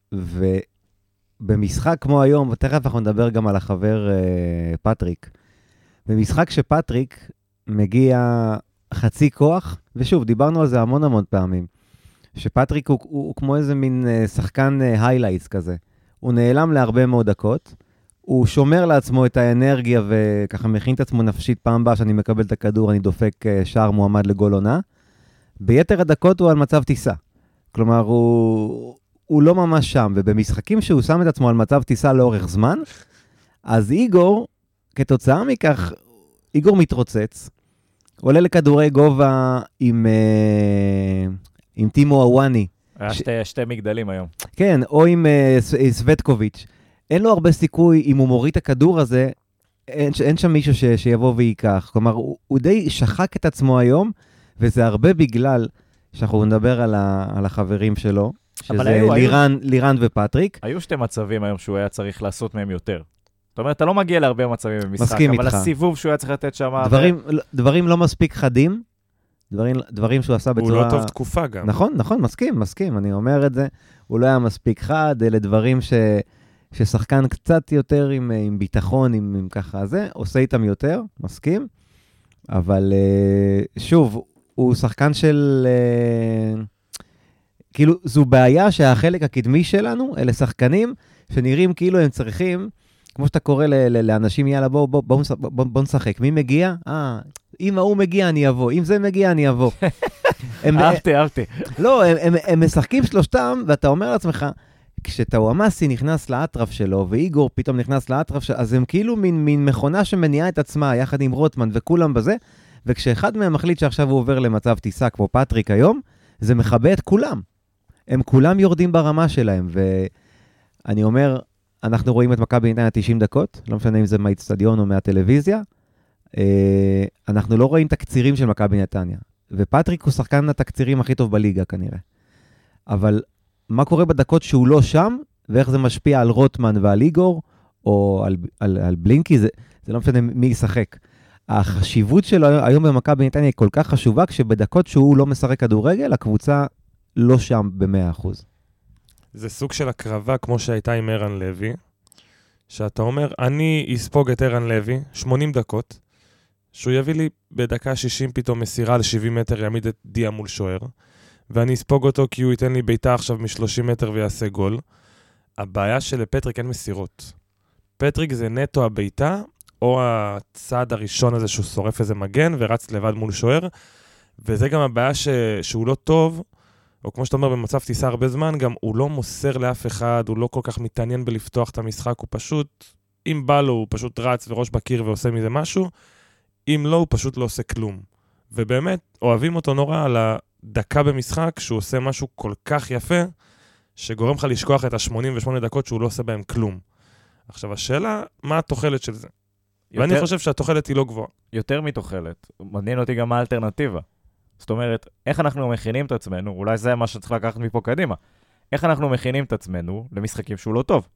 במשחק כמו היום, ותכף אנחנו נדבר גם על החבר פטריק, במשחק שפטריק מגיע חצי כוח, ושוב, דיברנו על זה המון פעמים, שפטריק הוא כמו איזה מין שחקן היילייטס כזה. הוא נעלם להרבה מאוד דקות, הוא שומר לעצמו את האנרגיה וככה מכין את עצמו נפשית פעם הבאה שאני מקבל את הכדור, אני דופק שער מועמד לגול עונה. ביתר הדקות הוא על מצב טיסה. כלומר, הוא לא ממש שם, ובמשחקים שהוא שם את עצמו על מצב טיסה לאורך זמן, אז איגור, כתוצאה מכך, איגור מתרוצץ, עולה לכדורי גובה עם טימו אוואני. היה שתי מגדלים היום. כן, או עם סווטקוביץ'. אין לו הרבה סיכוי, אם הוא מוריד את הכדור הזה, אין שם מישהו שיבוא ויקח. כלומר, הוא די שחק את עצמו היום, וזה הרבה בגלל שאנחנו נדבר על החברים שלו, שזה לירן ופטריק. היו שתי מצבים היום שהוא היה צריך לעשות מהם יותר. זאת אומרת, אתה לא מגיע להרבה מצבים במשחק, מסכים אבל איתך. הסיבוב שהוא היה צריך לתת שם... דברים לא מספיק חדים, דברים שהוא עשה בצורה... הוא לא טוב תקופה גם. נכון, מסכים, אני אומר את זה. הוא לא היה מספיק חד, אלה דברים ששחקן קצת יותר עם ביטחון, עם ככה זה, עושה איתם יותר, מסכים. אבל שוב, הוא שחקן של... כאילו, זו בעיה שהחלק הקדמי שלנו, אלה שחקנים שנראים כאילו הם צריכים, כמו שאתה קורא לאנשים, יאללה, בוא נשחק. מי מגיע? אם ההוא מגיע, אני אבוא. אם זה מגיע, אני אבוא. אהבתי. לא, הם משחקים שלושתם, ואתה אומר לעצמך, כשטאוואמאסי נכנס לאטרף שלו, ואיגור פתאום נכנס לאטרף שלו, אז הם כאילו מין מכונה שמניעה את עצמה, יחד עם רוטמן וכולם בזה, וכשאחד מהם מחליט שעכשיו הוא עובר למצב טיסה כמו פטריק היום, זה מכבה את כולם. הם כולם יורדים ברמה שלהם, ואני אומר, אנחנו רואים את מכבי נתניה 90 דקות, לא משנה אם זה מהאצטדיון או מהטלוויזיה, אנחנו לא רואים את הקצירים של מכבי נתניה, ופטריק הוא שחקן התקצירים הכי טוב בליגה כנראה. אבל מה קורה בדקות שהוא לא שם, ואיך זה משפיע על רוטמן ועל איגור, או על בלינקי, זה לא משנה מי ישחק. החשיבות שלו היום במכבי נתניה היא כל כך חשובה, כשבדקות שהוא לא משחק כדורגל, הקבוצה לא שם ב-100%. זה סוג של הקרבה כמו שהייתה עם ערן לוי, שאתה אומר, אני אספוג את ערן לוי 80 דקות, שהוא יביא לי בדקה 60 פתאום מסירה ל-70 מטר, יעמיד את דיה מול שוער, ואני אספוג אותו כי הוא ייתן לי ביתה עכשיו מ-30 מטר ויעשה גול. הבעיה שלפטריק אין מסירות. פטריק זה נטו הביתה, או הצעד הראשון הזה שהוא שורף איזה מגן ורץ לבד מול שוער, וזה גם הבעיה שהוא לא טוב, או כמו שאתה אומר, במצב טיסה הרבה זמן, גם הוא לא מוסר לאף אחד, הוא לא כל כך מתעניין בלפתוח את המשחק, הוא פשוט, אם בא לו, הוא פשוט רץ וראש בקיר ועושה מזה משהו, אם לא, הוא פשוט לא עושה כלום. ובאמת, אוהבים אותו נורא על הדקה במשחק, שהוא עושה משהו כל כך יפה, שגורם לך לשכוח את ה-88 דקות שהוא לא עושה בהם כלום. עכשיו, השאלה, מה התוחלת של זה? ואני חושב שהתוחלת היא לא גבוהה. יותר מתוחלת. מעניין אותי גם מה האלטרנטיבה. זאת אומרת, איך אנחנו מכינים את עצמנו, אולי זה מה שצריך לקחת מפה קדימה, איך אנחנו מכינים את עצמנו למשחקים שהוא לא טוב?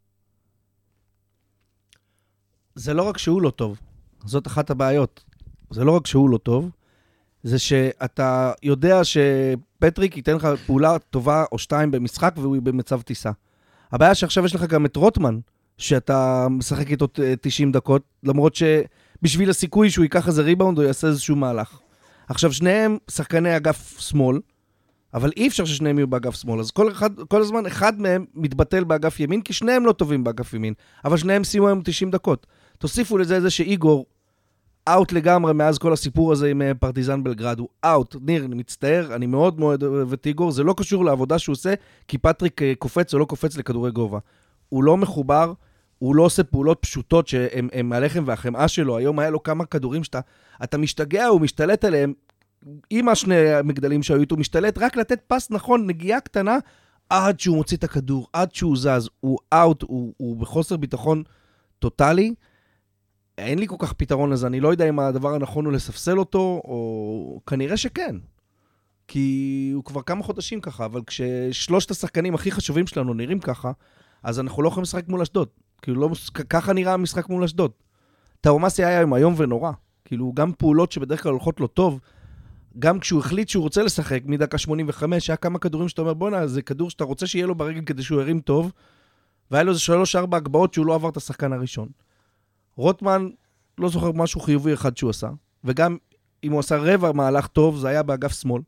זה לא רק שהוא לא טוב, זאת אחת הבעיות. זה לא רק שהוא לא טוב, זה שאתה יודע שפטריק ייתן לך פעולה טובה או שתיים במשחק והוא במצב טיסה. הבעיה שעכשיו יש לך גם את רוטמן, שאתה משחק איתו 90 דקות, למרות שבשביל הסיכוי שהוא ייקח איזה ריבאונד או יעשה איזשהו מהלך. עכשיו, שניהם שחקני אגף שמאל, אבל אי אפשר ששניהם יהיו באגף שמאל, אז כל הזמן אחד מהם מתבטל באגף ימין, כי שניהם לא טובים באגף ימין, אבל שניהם סיימו היום 90 דקות. תוסיפו לזה איזה שאיגור אאוט לגמרי מאז כל הסיפור הזה עם פרטיזן בלגרד, הוא אאוט. ניר, אני מצטער, אני מאוד מאוד אוהב את איגור, זה לא קשור לעבודה שהוא עושה, כי פטריק קופץ או לא קופץ לכדורי גובה. הוא לא מחובר, הוא לא עושה פעולות פשוטות שהם הלחם והחמאה שלו. היום היה לו כמה כדורים שאתה משתגע, הוא משתלט עליהם, עם השני המגדלים שהיו איתו, משתלט רק לתת פס נכון, נגיעה קטנה, עד שהוא מוציא את הכדור, עד שהוא זז, הוא אאוט, הוא בחוסר ביטחון טוטלי. אין לי כל כך פתרון לזה, אני לא יודע אם הדבר הנכון הוא לספסל אותו, או כנראה שכן. כי הוא כבר כמה חודשים ככה, אבל כששלושת השחקנים הכי חשובים שלנו נראים ככה, אז אנחנו לא יכולים לשחק מול אשדוד. כאילו, לא, ככה נראה המשחק מול אשדוד. טאוואמאסי היה היום איום ונורא. כאילו, גם פעולות שבדרך כלל הולכות לו טוב, גם כשהוא החליט שהוא רוצה לשחק מדקה 85, היה כמה כדורים שאתה אומר, בוא'נה, זה כדור שאתה רוצה שיהיה לו ברגל כדי שהוא ירים טוב, והיה לו איזה 3-4 הגבעות שהוא לא עבר את השחקן הראשון. רוטמן לא זוכר משהו חיובי אחד שהוא עשה, וגם אם הוא עשה רבע מהלך טוב, זה היה באגף שמאל.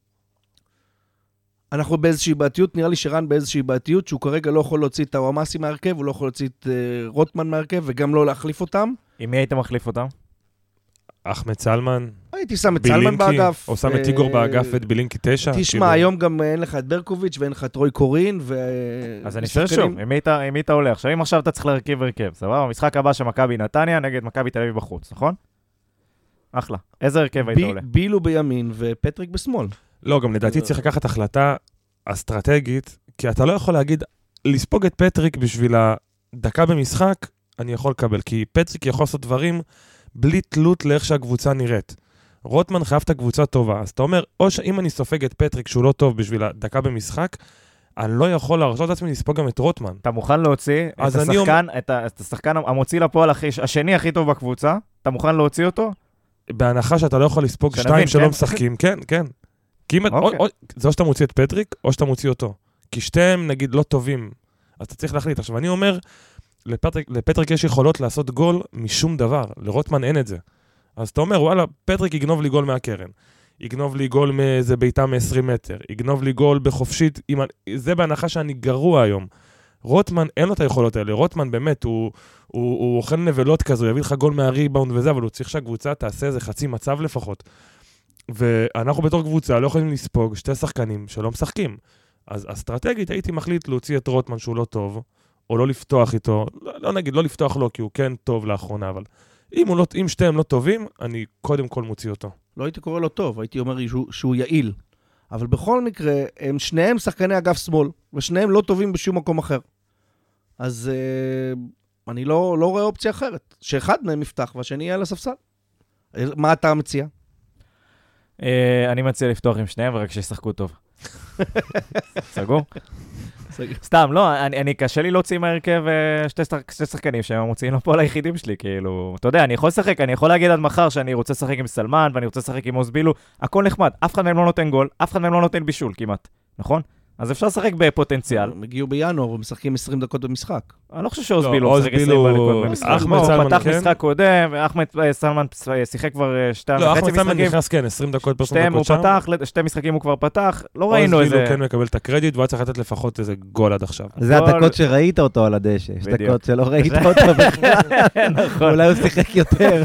אנחנו באיזושהי בעתיות, נראה לי שרן באיזושהי בעתיות, שהוא כרגע לא יכול להוציא את טאוואמאסי מהרכב, הוא לא יכול להוציא את רוטמן מהרכב, וגם לא להחליף אותם. עם מי היית מחליף אותם? אחמד סלמן, הייתי שם את סלמן באגף. או שם את איגור באגף ואת בילינקי 9. תשמע, היום גם אין לך את ברקוביץ' ואין לך את רוי קורין. אז אני שואל שוב, עם מי אתה הולך? עכשיו, אם עכשיו אתה צריך להרכיב הרכב, סבבה? המשחק הבא של מכבי נתניה נגד מכבי תל אביב בחוץ, נכון? אחלה. איזה הרכב היית עולה? בילו בימין ופטריק בשמאל. לא, גם לדעתי צריך לקחת החלטה אסטרטגית, כי אתה לא יכול להגיד, לספוג את פטריק בשביל הדקה במשחק, אני יכול לקבל, כי פטריק יכול לעשות דברים בלי תלות לאיך שהקבוצה נראית. רוטמן חייב את הקבוצה טובה, אז אתה אומר, או שאם אני סופג את פטריק שהוא לא טוב בשביל הדקה במשחק, אני לא יכול להרשות לעצמי לספוג גם את רוטמן. אתה מוכן להוציא את השחקן המוציא לפועל השני הכי טוב בקבוצה, אתה מוכן להוציא אותו? בהנחה שאתה לא יכול לספוג שתיים שלא משחקים, כן, כן. כי אם זה או שאתה מוציא את פטריק, או שאתה מוציא אותו. כי שתיהם, נגיד, לא טובים. אז אתה צריך להחליט. עכשיו, אני אומר, לפטריק יש יכולות לעשות גול משום דבר. לרוטמן אין את זה. אז אתה אומר, וואלה, פטריק יגנוב לי גול מהקרן. יגנוב לי גול מאיזה ביתה מ-20 מטר. יגנוב לי גול בחופשית. זה בהנחה שאני גרוע היום. רוטמן, אין לו את היכולות האלה. רוטמן באמת, הוא אוכל נבלות כזו, יביא לך גול מהריבאונד וזה, אבל הוא צריך שהקבוצה תעשה איזה חצי מצב לפחות. ואנחנו בתור קבוצה לא יכולים לספוג שתי שחקנים שלא משחקים. אז אסטרטגית הייתי מחליט להוציא את רוטמן שהוא לא טוב, או לא לפתוח איתו, לא נגיד, לא לפתוח לו, כי הוא כן טוב לאחרונה, אבל אם שתיהם לא טובים, אני קודם כל מוציא אותו. לא הייתי קורא לו טוב, הייתי אומר שהוא יעיל. אבל בכל מקרה, הם שניהם שחקני אגף שמאל, ושניהם לא טובים בשום מקום אחר. אז אני לא רואה אופציה אחרת. שאחד מהם יפתח, והשני יהיה על הספסל. מה אתה מציע? אני מציע לפתוח עם שניהם, ורק שישחקו טוב. סגור? סתם, לא, אני קשה לי להוציא מהרכב שתי שחקנים שהם מוציאים לו פה על היחידים שלי, כאילו, אתה יודע, אני יכול לשחק, אני יכול להגיד עד מחר שאני רוצה לשחק עם סלמן, ואני רוצה לשחק עם עוז בילו, הכל נחמד, אף אחד מהם לא נותן גול, אף אחד מהם לא נותן בישול כמעט, נכון? אז אפשר לשחק בפוטנציאל. הם הגיעו בינואר ומשחקים 20 דקות במשחק. אני לא חושב שעוז בילו משחק 20 דקות במשחק. הוא פתח משחק קודם, ואחמד סלמן שיחק כבר 2.5 משחקים. לא, אחמד סלמן נכנס, כן, 20 דקות פרסום דקות שם. שתי משחקים הוא כבר פתח, לא ראינו איזה... עוז בילו כן מקבל את הקרדיט, והוא צריך לתת לפחות איזה גול עד עכשיו. זה הדקות שראית אותו על הדשא, יש דקות שלא ראית אותו בכלל. אולי הוא שיחק יותר.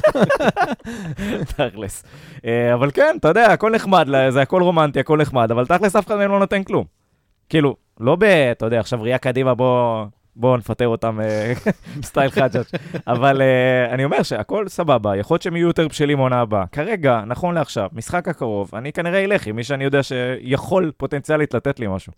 תכלס. אבל כן, אתה יודע, הכל נחמד, זה הכל רומנטי, הכל נחמד, אבל תכלס אף אחד מהם לא נותן כלום. כאילו, לא אתה יודע, עכשיו ראייה קדימה, בוא נפטר אותם סטייל חג'אג'. אבל אני אומר שהכל סבבה, יכול להיות שהם יהיו יותר בשלים עונה הבאה. כרגע, נכון לעכשיו, משחק הקרוב, אני כנראה אלך עם מי שאני יודע שיכול פוטנציאלית לתת לי משהו.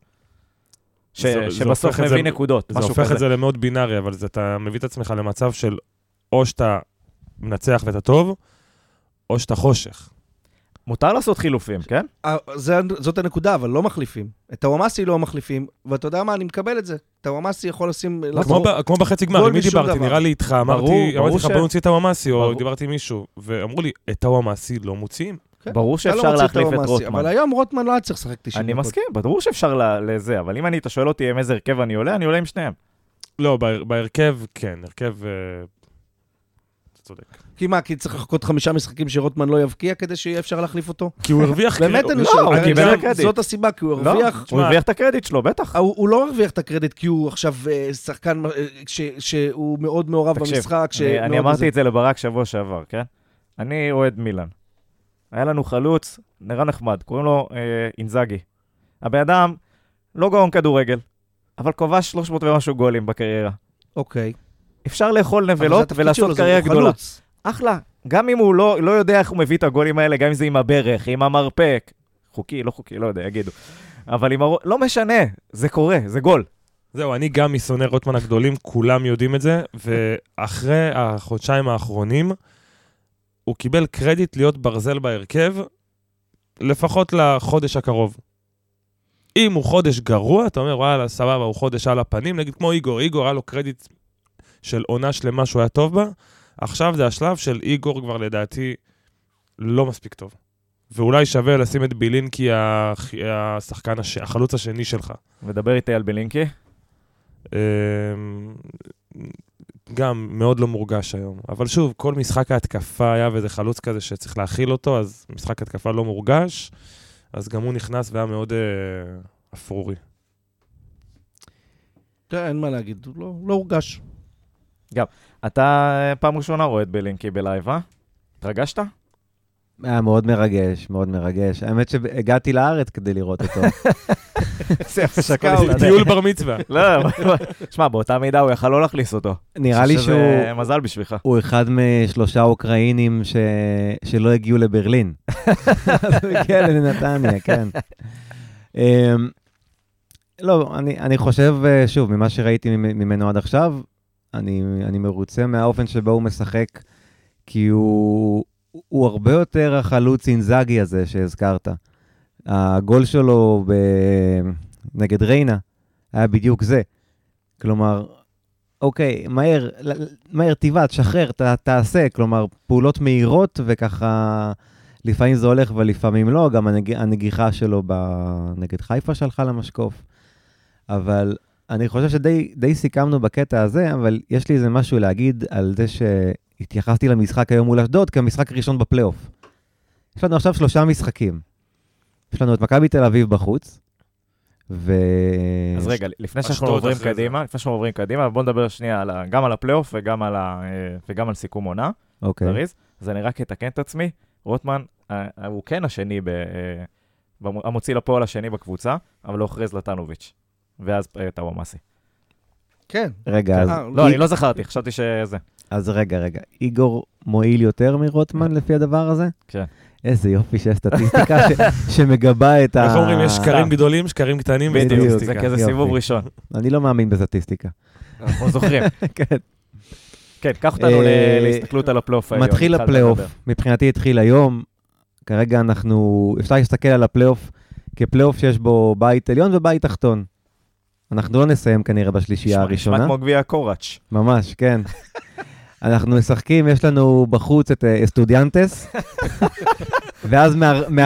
שבסוף מביא נקודות, זה משהו הופך כזה. את זה למאוד בינארי, אבל אתה מביא את עצמך למצב של או שאתה מנצח ואתה טוב, או שאתה חושך. מותר לעשות חילופים, כן? זאת הנקודה, אבל לא מחליפים. את הוואמאסי לא מחליפים, ואתה יודע מה, אני מקבל את זה. את הוואמאסי יכול לשים... כמו בחצי גמר, עם מי דיברתי? נראה לי איתך, אמרתי לך בוא נוציא את הוואמאסי, או דיברתי עם מישהו, ואמרו לי, את הוואמאסי לא מוציאים. ברור שאפשר להחליף את רוטמן. אבל היום רוטמן לא היה צריך לשחק 90 דקות. אני מסכים, ברור שאפשר לזה, אבל אם אתה שואל אותי עם איזה הרכב אני עולה עם שניהם. לא, בהרכב, כן, הרכב... צודק. כי מה, כי צריך לחכות 5 משחקים שרוטמן לא יבקיע כדי שיהיה אפשר להחליף אותו? כי הוא הרוויח... באמת אני שואל, זאת הסיבה, כי הוא הרוויח... הוא הרוויח את הקרדיט שלו, בטח. הוא לא הרוויח את הקרדיט כי הוא עכשיו שחקן שהוא מאוד מעורב במשחק. אני אמרתי את זה לברק שבוע שעבר, כן? אני אוהד מילאן. היה לנו חלוץ, נראה נחמד, קוראים לו אינזאגי. הבן אדם לא גאון כדורגל, אבל כובש 300 ומשהו גולים בקריירה. אוקיי. אפשר לאכול נבלות ולעשות קריירה גדולה. אחלה. גם אם הוא לא יודע איך הוא מביא את הגולים האלה, גם אם זה עם הברך, עם המרפק. חוקי, לא חוקי, לא יודע, יגידו. אבל לא משנה, זה קורה, זה גול. זהו, אני גם משונא רוטמן הגדולים, כולם יודעים את זה, ואחרי החודשיים האחרונים, הוא קיבל קרדיט להיות ברזל בהרכב, לפחות לחודש הקרוב. אם הוא חודש גרוע, אתה אומר, וואלה, סבבה, הוא חודש על הפנים, נגיד כמו איגור היה לו קרדיט של עונה שלמה שהוא היה טוב בה, עכשיו זה השלב של איגור כבר לדעתי לא מספיק טוב. ואולי שווה לשים את בילינקי השחקן, החלוץ השני שלך. ודבר איתי על בילינקי? גם מאוד לא מורגש היום. אבל שוב, כל משחק ההתקפה היה וזה חלוץ כזה שצריך להכיל אותו, אז משחק ההתקפה לא מורגש, אז גם הוא נכנס והיה מאוד אפרורי. אין מה להגיד, הוא לא הורגש. גם, אתה פעם ראשונה רואה את בילינקי בלייב, אה? התרגשת? היה מאוד מרגש, מאוד מרגש. האמת שהגעתי לארץ כדי לראות אותו. זה יפה שקאו. טיול בר מצווה. לא, שמע, באותה מידה הוא יכל לא להכניס אותו. נראה לי שהוא... מזל בשבילך. הוא אחד מ3 אוקראינים שלא הגיעו לברלין. אז הוא הגיע לנתניה, כן. לא, אני חושב, שוב, ממה שראיתי ממנו עד עכשיו, אני מרוצה מהאופן שבו הוא משחק, כי הוא הרבה יותר החלוץ אינזאגי הזה שהזכרת. הגול שלו נגד ריינה היה בדיוק זה. כלומר, אוקיי, מהר טבעת, שחרר, תעשה. כלומר, פעולות מהירות וככה, לפעמים זה הולך ולפעמים לא. גם הנגיחה שלו נגד חיפה שלחה למשקוף. אבל אני חושב שדי סיכמנו בקטע הזה, אבל יש לי איזה משהו להגיד על זה שהתייחסתי למשחק היום מול אשדוד כמשחק ראשון בפלייאוף. יש לנו עכשיו 3 משחקים. יש לנו את מכבי תל אביב בחוץ, אז רגע, לפני שאנחנו עוברים קדימה, בואו נדבר שנייה גם על הפלייאוף וגם על סיכום עונה. אוקיי. אז אני רק אתקן את עצמי. רוטמן, הוא כן השני, המוציא לפועל השני בקבוצה, אבל לא הכריז לטנוביץ'. ואז טאוואמאסי. כן. רגע, אז... לא, אני לא זכרתי, חשבתי שזה. אז רגע. איגור מועיל יותר מרוטמן לפי הדבר הזה? כן. איזה יופי שיש סטטיסטיקה שמגבה את ה... איך אומרים, יש שקרים גדולים, שקרים קטנים בדיוק, זה כזה סיבוב ראשון. אני לא מאמין בסטטיסטיקה. אנחנו זוכרים. כן. כן, קח אותנו להסתכלות על הפלייאוף העליון. מתחיל הפלייאוף, מבחינתי התחיל היום. כרגע אפשר להסתכל על הפלייאוף כפלייאוף שיש בו בית עליון ובית תחתון. אנחנו לא נסיים כנראה בשלישייה הראשונה. נשמע כמו גביע קוראץ'. ממש, כן. אנחנו משחקים, יש לנו בחוץ את אסטודיאנטס, ואז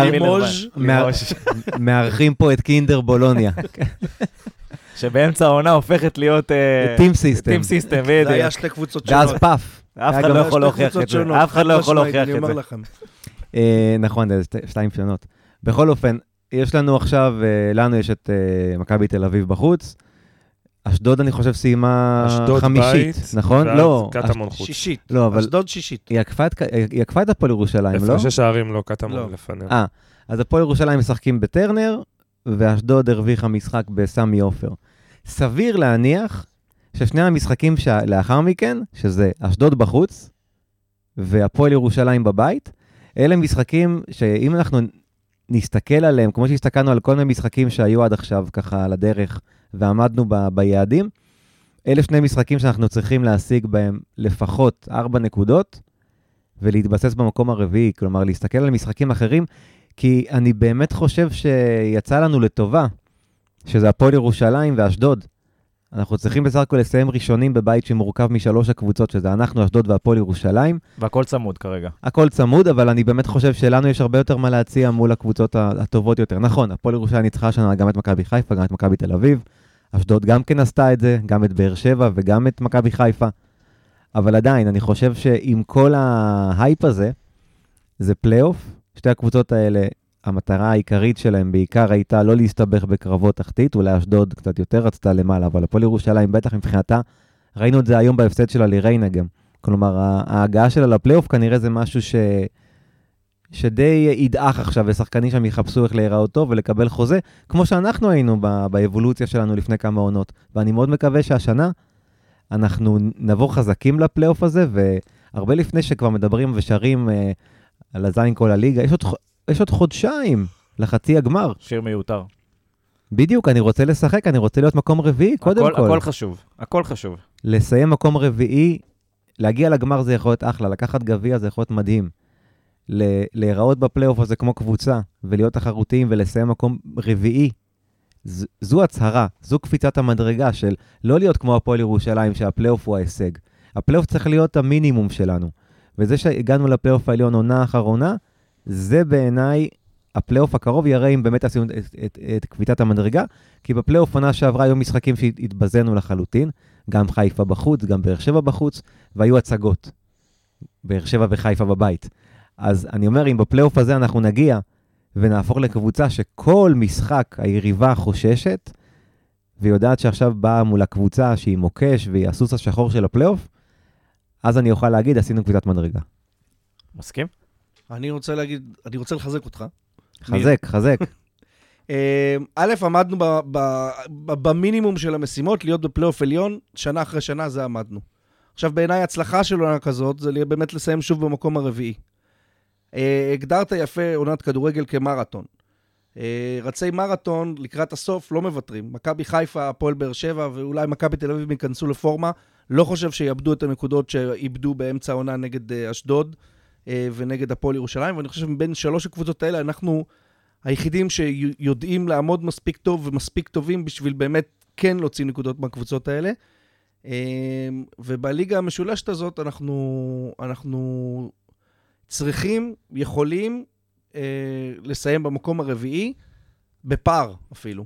מארחים פה את קינדר בולוניה. שבאמצע העונה הופכת להיות... טים סיסטם. טים סיסטם, זה היה שתי קבוצות שונות. ואז פאף. אף אחד לא יכול להוכיח את זה. אף אחד לא יכול להוכיח את זה. נכון, זה שתיים שונות. בכל אופן, יש לנו עכשיו, לנו יש את מכבי תל אביב בחוץ, אשדוד אני חושב סיימה חמישית, נכון? לא. קטמון חוץ. שישית. לא, אבל... אשדוד שישית. היא עקפה את הפועל ירושלים, לא? 6 שערים לא, קטמון לפניה. אז הפועל ירושלים משחקים בטרנר, ואשדוד הרוויחה משחק בסמי עופר. סביר להניח ששני המשחקים לאחר מכן, שזה אשדוד בחוץ, והפועל ירושלים בבית, אלה משחקים שאם אנחנו נסתכל עליהם, כמו שהסתכלנו על כל מיני משחקים שהיו עד עכשיו ככה על הדרך, ועמדנו ביעדים, אלה שני משחקים שאנחנו צריכים להשיג בהם לפחות 4 נקודות, ולהתבסס במקום הרביעי, כלומר להסתכל על משחקים אחרים, כי אני באמת חושב שיצא לנו לטובה, שזה הפועל ירושלים ואשדוד. אנחנו צריכים בסך הכל לסיים ראשונים בבית שמורכב מ3 הקבוצות, שזה אנחנו, אשדוד והפועל ירושלים. והכל צמוד כרגע. הכל צמוד, אבל אני באמת חושב שלנו יש הרבה יותר מה להציע מול הקבוצות הטובות יותר. נכון, הפועל ירושלים ניצחה שנה גם את מכבי חיפה, גם את מכבי תל אביב. אשדוד גם כן עשתה את זה, גם את באר שבע וגם את מכבי חיפה. אבל עדיין, אני חושב שעם כל ההייפ הזה, זה פלייאוף. שתי הקבוצות האלה, המטרה העיקרית שלהם בעיקר הייתה לא להסתבך בקרבות תחתית, אולי אשדוד קצת יותר רצתה למעלה, אבל הפועל ירושלים בטח מבחינתה, ראינו את זה היום בהפסד שלה לריינה גם. כלומר, ההגעה שלה לפלייאוף כנראה זה משהו שדי ידעך עכשיו, ושחקנים שם יחפשו איך להיראות טוב ולקבל חוזה, כמו שאנחנו היינו באבולוציה שלנו לפני כמה עונות. ואני מאוד מקווה שהשנה אנחנו נבוא חזקים לפלייאוף הזה, והרבה לפני שכבר מדברים ושרים על הזין כל הליגה, יש עוד חודשיים לחצי הגמר. שיר מיותר. בדיוק, אני רוצה לשחק, אני רוצה להיות מקום רביעי, קודם כל. הכל חשוב, הכל חשוב. לסיים מקום רביעי, להגיע לגמר זה יכול להיות אחלה, לקחת גביע זה יכול להיות מדהים. להיראות בפלייאוף הזה כמו קבוצה, ולהיות תחרותיים ולסיים מקום רביעי, זו הצהרה, זו קפיצת המדרגה של לא להיות כמו הפועל ירושלים, שהפלייאוף הוא ההישג. הפלייאוף צריך להיות המינימום שלנו. וזה שהגענו לפלייאוף העליון עונה אחר עונה, זה בעיניי, הפלייאוף הקרוב יראה אם באמת עשינו את קפיצת המדרגה, כי בפלייאוף עונה שעברה היו משחקים שהתבזנו לחלוטין, גם חיפה בחוץ, גם באר שבע בחוץ, והיו הצגות. באר שבע וחיפה בבית. אז אני אומר, אם בפלייאוף הזה אנחנו נגיע, ונהפוך לקבוצה שכל משחק היריבה חוששת, ויודעת שעכשיו באה מול הקבוצה שהיא מוקש, והיא הסוס השחור של הפלייאוף, אז אני אוכל להגיד, עשינו קפיצת מדרגה. מסכים? אני רוצה לחזק אותך. חזק. א', עמדנו במינימום של המשימות, להיות בפלייאוף עליון, שנה אחרי שנה זה עמדנו. עכשיו, בעיניי הצלחה של עונה כזאת, זה באמת לסיים שוב במקום הרביעי. הגדרת יפה עונת כדורגל כמרתון. רצי מרתון לקראת הסוף לא מוותרים. מכבי חיפה, הפועל באר שבע ואולי מכבי תל אביב ייכנסו לפורמה. לא חושב שיאבדו את הנקודות שאיבדו באמצע העונה נגד אשדוד ונגד הפועל ירושלים, ואני חושב שבין 3 הקבוצות האלה אנחנו היחידים שיודעים לעמוד מספיק טוב ומספיק טובים בשביל באמת כן להוציא נקודות מהקבוצות האלה. ובליגה המשולשת הזאת אנחנו צריכים, יכולים לסיים במקום הרביעי, בפער אפילו.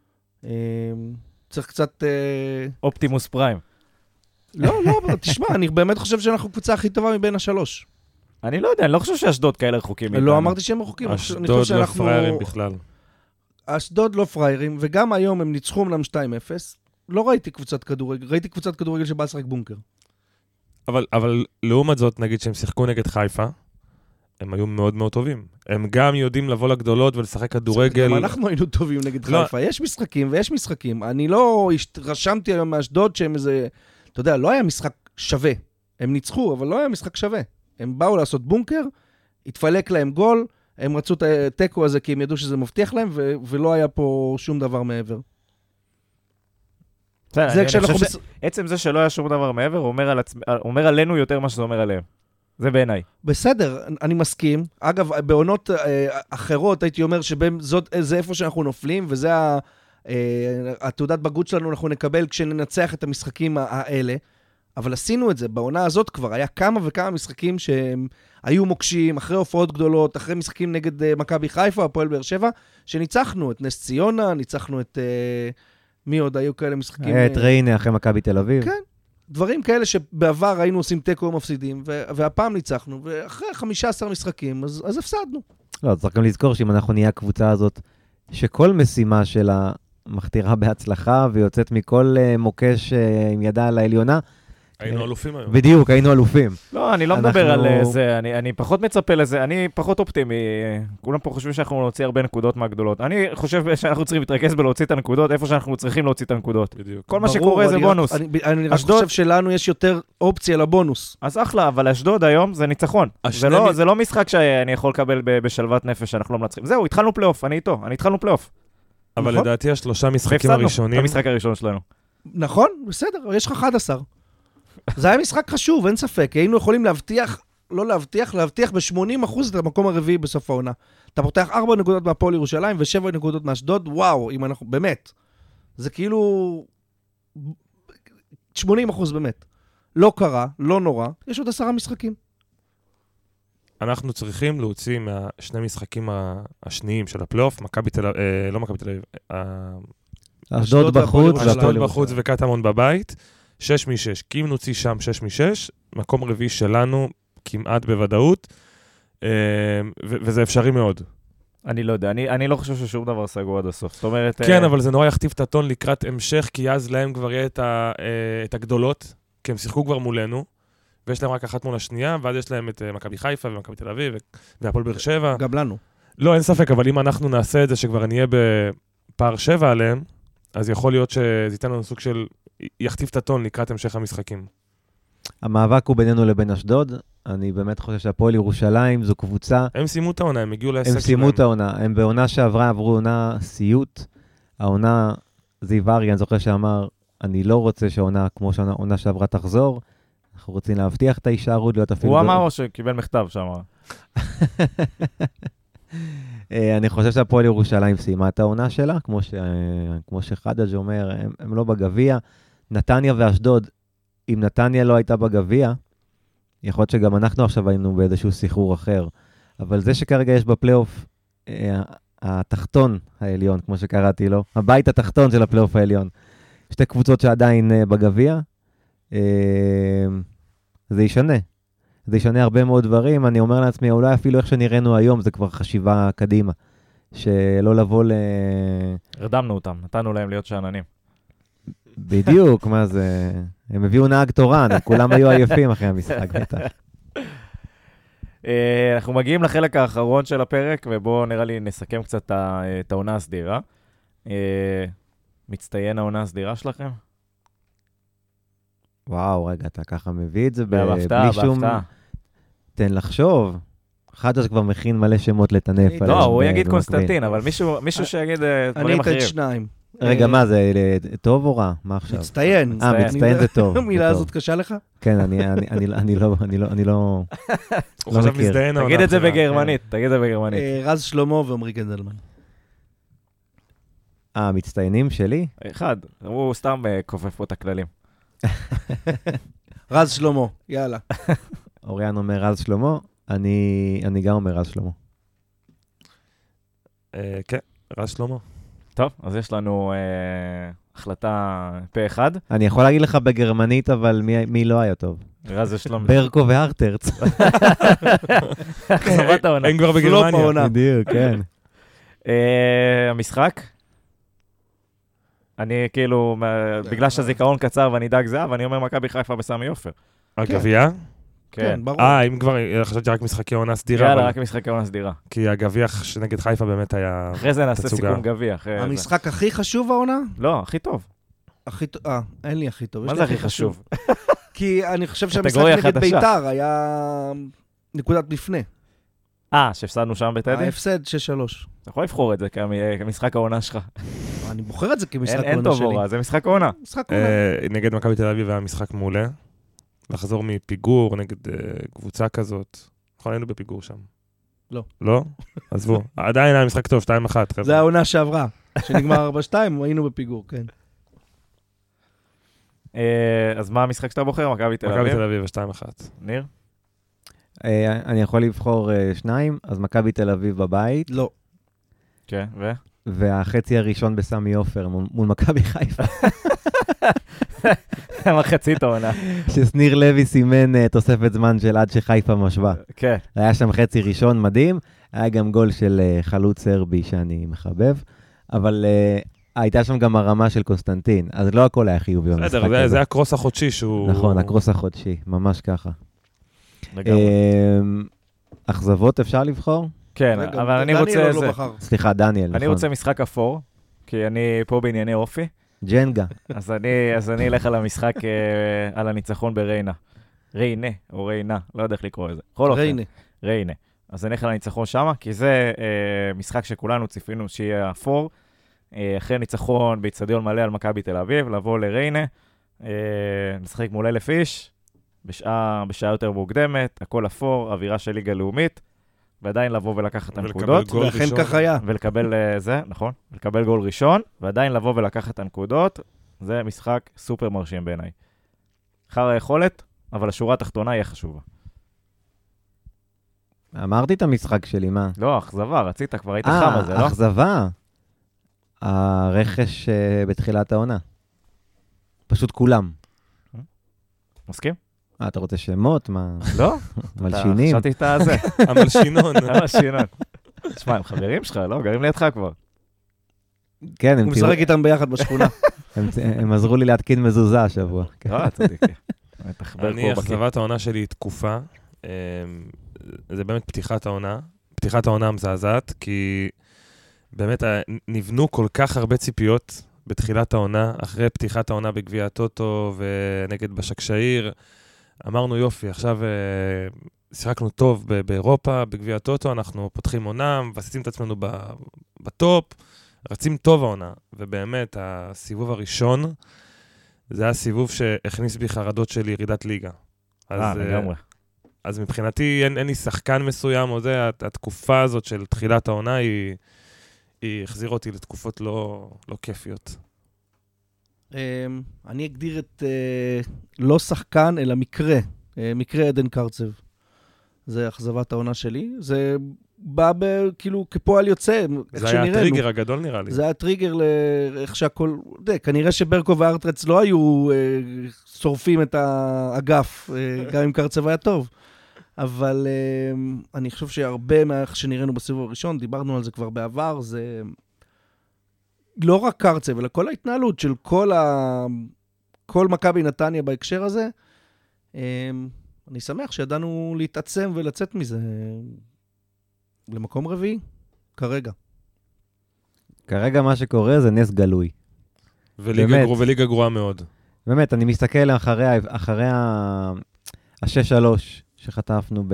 צריך קצת... אופטימוס פריים. לא, תשמע, אני באמת חושב שאנחנו קבוצה הכי טובה מבין 3. אני לא יודע, אני לא חושב שאשדוד כאלה רחוקים. לא אמרתי שהם רחוקים. אשדוד לא פריירים בכלל. אשדוד לא פריירים, וגם היום הם ניצחו אמנם 2-0, לא ראיתי קבוצת כדורגל, ראיתי קבוצת כדורגל שבא לשחק בונקר. אבל לעומת זאת, נגיד שהם שיחקו נגד חיפה, הם היו מאוד מאוד טובים. הם גם יודעים לבוא לגדולות ולשחק כדורגל. גם אנחנו היינו טובים נגד חיפה. יש משחקים ויש משחקים. אני לא רשמתי היום מאשדוד שהם איזה, אתה יודע, לא היה משחק שווה. הם ניצחו, אבל לא היה משחק שווה. הם באו לעשות בונקר, התפלק להם גול, הם רצו את הטקו הזה כי הם ידעו שזה מבטיח להם, ולא היה פה שום דבר מעבר. עצם זה שלא היה שום דבר מעבר, אומר עלינו יותר מה שזה אומר עליהם. זה בעיניי. בסדר, אני מסכים. אגב, בעונות אחרות הייתי אומר שזה איפה שאנחנו נופלים, וזה התעודת בגרות שלנו אנחנו נקבל כשננצח את המשחקים האלה. אבל עשינו את זה. בעונה הזאת כבר היה כמה וכמה משחקים שהם היו מוקשים, אחרי הופעות גדולות, אחרי משחקים נגד מכבי חיפה, הפועל באר שבע, שניצחנו את נס ציונה, ניצחנו את... מי עוד היו כאלה משחקים? את ריינה אחרי מכבי תל אביב. כן. דברים כאלה שבעבר היינו עושים טקו ומפסידים, והפעם ניצחנו, ואחרי 15 משחקים, אז הפסדנו. לא, צריך גם לזכור שאם אנחנו נהיה הקבוצה הזאת, שכל משימה שלה מכתירה בהצלחה, ויוצאת מכל מוקש עם ידה על העליונה, היינו אלופים היום. בדיוק, היינו אלופים. לא, אני לא מדבר על זה, אני פחות מצפה לזה, אני פחות אופטימי. כולם פה חושבים שאנחנו נוציא הרבה נקודות מהגדולות. אני חושב שאנחנו צריכים להתרכז בלהוציא את הנקודות, איפה שאנחנו צריכים להוציא את הנקודות. בדיוק. כל מה שקורה זה בונוס. אני רק חושב שלנו יש יותר אופציה לבונוס. אז אחלה, אבל אשדוד היום זה ניצחון. זה לא משחק שאני יכול לקבל בשלוות נפש שאנחנו לא מנצחים. זהו, התחלנו פלייאוף, אני איתו, התחלנו פלייאוף. אבל לדעתי השלושה משחקים הראשונים... המשחק הראשון שלנו. נכון, בסדר, יש לך 11. זה היה משחק חשוב, אין ספק. היינו יכולים להבטיח ב-80% את המקום הרביעי בסוף העונה. אתה פותח 4 נקודות מהפועל ירושלים ו7 נקודות מאשדוד, וואו, אם אנחנו, באמת. זה כאילו 80% באמת. לא קרה, לא נורא, יש עוד 10 משחקים. אנחנו צריכים להוציא מהשני משחקים השניים של הפלייאוף, מכבי תל אביב, לא מכבי תל אביב, אשדוד בחוץ, אשדוד בחוץ וקטמון בבית. 6 מ-6, כי אם נוציא שם 6 מ-6, מקום רביעי שלנו כמעט בוודאות, וזה אפשרי מאוד. אני לא יודע, אני לא חושב ששום דבר סגור עד הסוף. זאת אומרת... כן, אבל זה נורא יכתיב את הטון לקראת המשך, כי אז להם כבר יהיה את הגדולות, כי הם שיחקו כבר מולנו, ויש להם רק אחת מול השנייה, ואז יש להם את מכבי חיפה ומכבי תל אביב, והפועל באר שבע. גם לנו. לא, אין ספק, אבל אם אנחנו נעשה את זה שכבר נהיה בפער 7 עליהם, אז יכול להיות שזה ייתן לנו סוג של... יכתיב את הטון לקראת המשך המשחקים. המאבק הוא בינינו לבין אשדוד. אני באמת חושב שהפועל ירושלים זו קבוצה... הם סיימו את העונה, הם הגיעו להישג שלהם. הם סיימו את העונה. הם בעונה שעברה עברו עונה סיוט. העונה, זיו ארי, אני זוכר שאמר, אני לא רוצה שהעונה כמו שהעונה שעברה תחזור. אנחנו רוצים להבטיח את ההישארות, להיות אפילו... הוא אמר או שקיבל מכתב שאמר? אני חושב שהפועל ירושלים סיימה את העונה שלה, כמו שחדג' אומר, הם לא בגביע. נתניה ואשדוד, אם נתניה לא הייתה בגביע, יכול להיות שגם אנחנו עכשיו היינו באיזשהו סחרור אחר. אבל זה שכרגע יש בפלייאוף, התחתון העליון, כמו שקראתי לו, הבית התחתון של הפלייאוף העליון, שתי קבוצות שעדיין בגביע, זה ישנה. זה ישנה הרבה מאוד דברים. אני אומר לעצמי, אולי אפילו איך שנראינו היום, זה כבר חשיבה קדימה. שלא לבוא הרדמנו אותם, נתנו להם להיות שעננים. בדיוק, מה זה... הם הביאו נהג תורן, כולם היו עייפים אחרי המשחק, בטח. אנחנו מגיעים לחלק האחרון של הפרק, ובואו נראה לי נסכם קצת את העונה הסדירה. מצטיין העונה הסדירה שלכם? וואו, רגע, אתה ככה מביא את זה בהפתעה, בהפתעה. תן לחשוב. חדש כבר מכין מלא שמות לטנף. לא, הוא יגיד קונסטנטין, אבל מישהו שיגיד דברים אחרים. אני אתן 2. רגע, מה זה, טוב או רע? מה עכשיו? מצטיין. מצטיין זה טוב. המילה הזאת קשה לך? כן, אני לא הוא חשב מזדיין. תגיד את זה בגרמנית, תגיד את זה בגרמנית. רז שלמה ועמרי גנדלמן. המצטיינים שלי? אחד, הוא סתם כופף פה את הכללים. רז שלמה, יאללה. אוריאן אומר רז שלמה, אני גם אומר רז שלמה. כן, רז שלמה. טוב, אז יש לנו החלטה פה אחד. אני יכול להגיד לך בגרמנית, אבל מי לא היה טוב? רז שלמה. ברקו והרטרץ. חוות העונה. הם כבר בגרמניה. בדיוק, כן. המשחק? אני כאילו, בגלל שהזיכרון קצר ואני דג זהב, אני אומר מכבי חיפה בסמי עופר. הגביע? כן. ברור. אם כבר, חשבתי רק משחקי עונה סדירה. יאללה, רק משחקי עונה סדירה. כי הגביע שנגד חיפה באמת היה... אחרי זה נעשה תצוגה. סיכום גביע. המשחק הכי חשוב העונה? לא, הכי טוב. אין לי הכי טוב. מה זה הכי חשוב? כי אני חושב שהמשחק קטגוריה נגד חדשה. ביתר היה נקודת מפנה. שהפסדנו שם בטדי? ההפסד 6-3. אתה יכול לבחור את זה כמשחק העונה שלך. אני בוחר את זה כמשחק העונה שלי. אין טוב או רע, זה משחק העונה. משחק עונה. נגד מכבי תל אביב היה משחק מעולה. לחזור מפיגור נגד קבוצה כזאת. נכון, היינו בפיגור שם. לא. לא? עזבו. עדיין היה משחק טוב, 2-1. זה העונה שעברה. שנגמר 4-2, היינו בפיגור, כן. אז מה המשחק שאתה בוחר? מכבי תל אביב? מכבי תל אביב, 2-1. ניר? אני יכול לבחור שניים, אז מכבי תל אביב בבית, לא. כן, והחצי הראשון בסמי עופר מול מכבי חיפה. מחצית העונה. שסניר לוי סימן תוספת זמן של עד שחיפה משווה. כן. היה שם חצי ראשון מדהים, היה גם גול של חלוץ סרבי שאני מחבב, אבל הייתה שם גם הרמה של קונסטנטין, אז לא הכל היה חיובי במשחק הזה. בסדר, זה הקרוס החודשי שהוא... נכון, הקרוס החודשי, ממש ככה. לגמרי. אכזבות אפשר לבחור? כן, רגע, אבל אני דניאל רוצה... עוד זה. לא בחר. סליחה, דניאל, נכון. אני רוצה משחק אפור, כי אני פה בענייני אופי, ג'נגה. אז אני אלך על המשחק, על הניצחון בריינה. ריינה, או ריינה, לא יודע איך לקרוא את זה. ריינה. ריינה. אז אני אלך על הניצחון שמה, כי זה משחק שכולנו ציפינו שיהיה אפור, אחרי ניצחון באצטדיון מלא על מכבי תל אביב, לבוא לריינה, נשחק מול 1,000 איש, בשעה יותר מוקדמת, הכל אפור, אווירה של ליגה לאומית, ועדיין לבוא ולקחת את הנקודות. ואכן כך היה. ולקבל זה, נכון, ולקבל גול ראשון, ועדיין לבוא ולקחת את הנקודות, זה משחק סופר מרשים בעיניי. אחר היכולת, אבל השורה התחתונה היא חשובה. אמרתי את המשחק שלי, מה? לא, אכזבה, רצית, כבר היית חם על זה, לא? אכזבה. הרכש בתחילת העונה. פשוט כולם. מסכים? אתה רוצה שמות? מה? לא? מלשינים? חשבתי את הזה. המלשינון. המלשינון. תשמע, הם חברים שלך, לא? גרים לידך כבר. כן, הוא משחק איתם ביחד בשכונה. הם עזרו לי להתקין מזוזה השבוע. לא, צדיקי. אני, אכזבת העונה שלי היא תקופה. זה באמת פתיחת העונה. פתיחת העונה המזעזעת, כי באמת נבנו כל כך הרבה ציפיות בתחילת העונה, אחרי פתיחת העונה בגביע הטוטו ונגד בשקשאיר. אמרנו יופי, עכשיו שיחקנו טוב באירופה, בגביע הטוטו, אנחנו פותחים עונה, מבססים את עצמנו בטופ, רצים טוב העונה, ובאמת הסיבוב הראשון, זה היה סיבוב שהכניס בי חרדות של ירידת ליגה. לגמרי. אז מבחינתי אין לי שחקן מסוים, או זה, התקופה הזאת של תחילת העונה היא החזירה אותי לתקופות לא כיפיות. אני אגדיר את לא שחקן, אלא מקרה. מקרה עדן קרצב. זה אכזבת העונה שלי. זה בא כאילו כפועל יוצא. זה היה הטריגר הגדול נראה לי. זה היה הטריגר לאיך שהכל... כנראה שברקו וארטרץ לא היו שורפים את האגף, גם אם קרצב היה טוב. אבל אני חושב שהרבה מאיך שנראינו בסיבוב הראשון, דיברנו על זה כבר בעבר, זה לא רק קרצב, אלא כל ההתנהלות של כל מכבי נתניה בהקשר הזה. אני שמח שידענו להתעצם ולצאת מזה למקום רביעי, כרגע. כרגע מה שקורה זה נס גלוי. וליגה גרועה מאוד. באמת, אני מסתכל אחרי ה-6-3 שחטפנו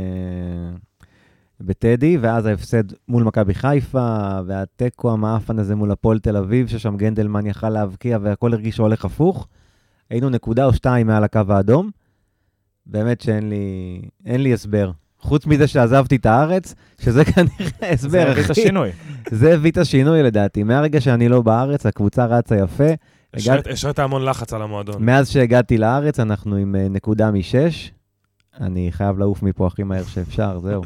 בטדי, ואז ההפסד מול מכבי חיפה, והטקו המאפן הזה מול הפועל תל אביב, ששם גנדלמן יכל להבקיע, והכל הרגיש שהולך הפוך. היינו נקודה או שתיים מעל הקו האדום. באמת שאין לי הסבר. חוץ מזה שעזבתי את הארץ, שזה כנראה הסבר, זה הביא את השינוי. זה הביא את השינוי לדעתי. מהרגע שאני לא בארץ, הקבוצה רצה יפה. השרת המון לחץ על המועדון. מאז שהגעתי לארץ, אנחנו עם נקודה מ-6. אני חייב לעוף מפה הכי מהר שאפשר, זהו.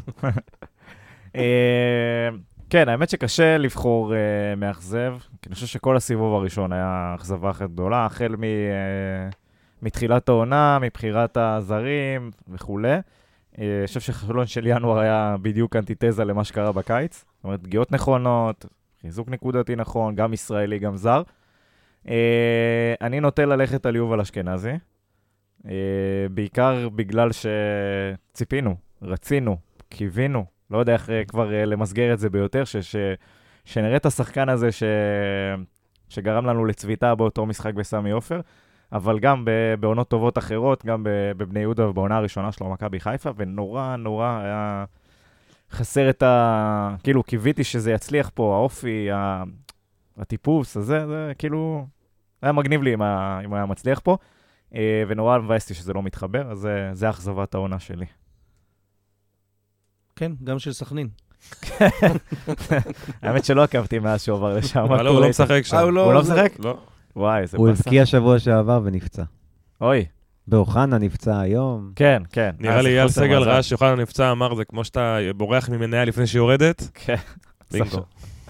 כן, האמת שקשה לבחור מאכזב, כי אני חושב שכל הסיבוב הראשון היה אכזבה אחת גדולה, החל מתחילת העונה, מבחירת הזרים וכו'. אני חושב שחלון של ינואר היה בדיוק אנטיתזה למה שקרה בקיץ. זאת אומרת, פגיעות נכונות, חיזוק נקודתי נכון, גם ישראלי, גם זר. אני נוטה ללכת על יובל אשכנזי, בעיקר בגלל שציפינו, רצינו, קיווינו, לא יודע איך כבר למסגר את זה ביותר, שנראה את השחקן הזה שגרם לנו לצביטה באותו משחק בסמי עופר, אבל גם בעונות טובות אחרות, גם בבני יהודה ובעונה הראשונה שלו, מכבי חיפה, ונורא נורא היה חסר את כאילו, קיוויתי שזה יצליח פה, האופי, הטיפוס הזה, זה כאילו, היה מגניב לי אם היה מצליח פה, ונורא מבאסתי שזה לא מתחבר, אז זה אכזבת העונה שלי. כן, גם של סכנין. האמת שלא עקבתי מאז שהוא עבר לשם. אבל הוא לא משחק שם. הוא לא משחק? לא. וואי, זה הוא בסך. הבקיע שבוע שעבר ונפצע. אוי. באוחנה נפצע היום. כן, כן. נראה לי אייל סגל ראה שיוחנן נפצע, אמר, זה כמו שאתה בורח ממניה לפני שהיא יורדת. כן. בינגו.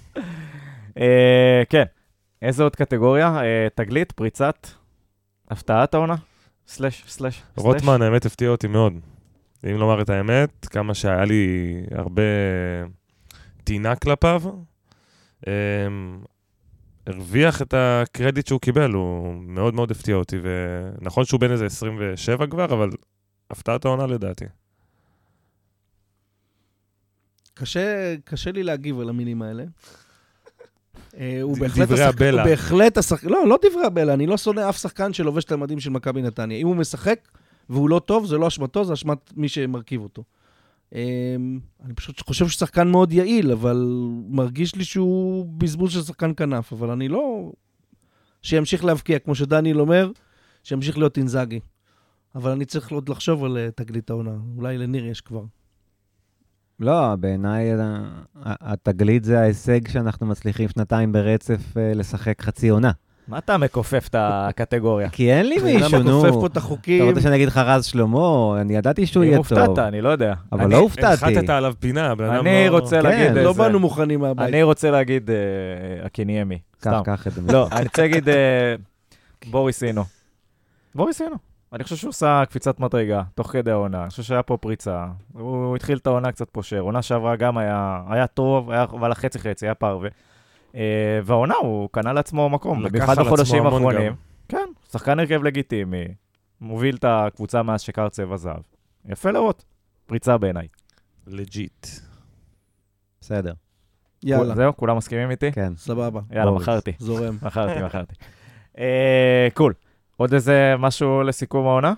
כן. איזו עוד קטגוריה? תגלית, פריצת, הפתעת העונה? סלש. רוטמן, האמת, הפתיע אותי מאוד. אם לומר את האמת, כמה שהיה לי הרבה טינה כלפיו, הרוויח את הקרדיט שהוא קיבל, הוא מאוד מאוד הפתיע אותי, ונכון שהוא בין איזה 27 כבר, אבל הפתעת העונה לדעתי. קשה לי להגיב על המינים האלה. דברי הבלע. הוא בהחלט השחקן, לא דברי הבלע, אני לא שונא אף שחקן שלובש את המדים של מכבי נתניה. אם הוא משחק והוא לא טוב, זה לא אשמתו, זה אשמת מי שמרכיב אותו. אני פשוט חושב ששחקן מאוד יעיל, אבל מרגיש לי שהוא בזבוז של שחקן כנף, אבל אני לא... שימשיך להבקיע, כמו שדניאל אומר, שימשיך להיות אינזאגי. אבל אני צריך עוד לחשוב על תגלית העונה. אולי לניר יש כבר. לא, בעיניי התגלית זה ההישג שאנחנו מצליחים שנתיים ברצף לשחק חצי עונה. מה אתה מקופף את הקטגוריה? כי אין לי מישהו, נו. אתה מקופף פה את החוקים. אתה רוצה שאני אגיד לך רז שלמה? אני ידעתי שהוא יהיה טוב. אם הופתעת, אני לא יודע. אבל לא הופתעתי. הנחתת עליו פינה. אני רוצה להגיד... לא באנו מוכנים מהבית. אני רוצה להגיד הקיניימי. קח את זה. לא, אני רוצה להגיד בוריס אינו. בוריס אינו. אני חושב שהוא עושה קפיצת מדרגה, תוך כדי העונה. אני חושב שהיה פה פריצה. הוא התחיל את העונה קצת פושר. העונה שעברה גם היה טוב, אבל החצי היה פרווה. והעונה הוא קנה לעצמו מקום, במיוחד בחודשים האחרונים. כן, שחקן הרכב לגיטימי, מוביל את הקבוצה מאז שקר צבע זהב. יפה לראות. פריצה בעיניי. לג'יט. בסדר. יאללה. זהו, כולם מסכימים איתי? כן. סבבה. יאללה, מכרתי. זורם. מכרתי. קול. עוד איזה משהו לסיכום העונה?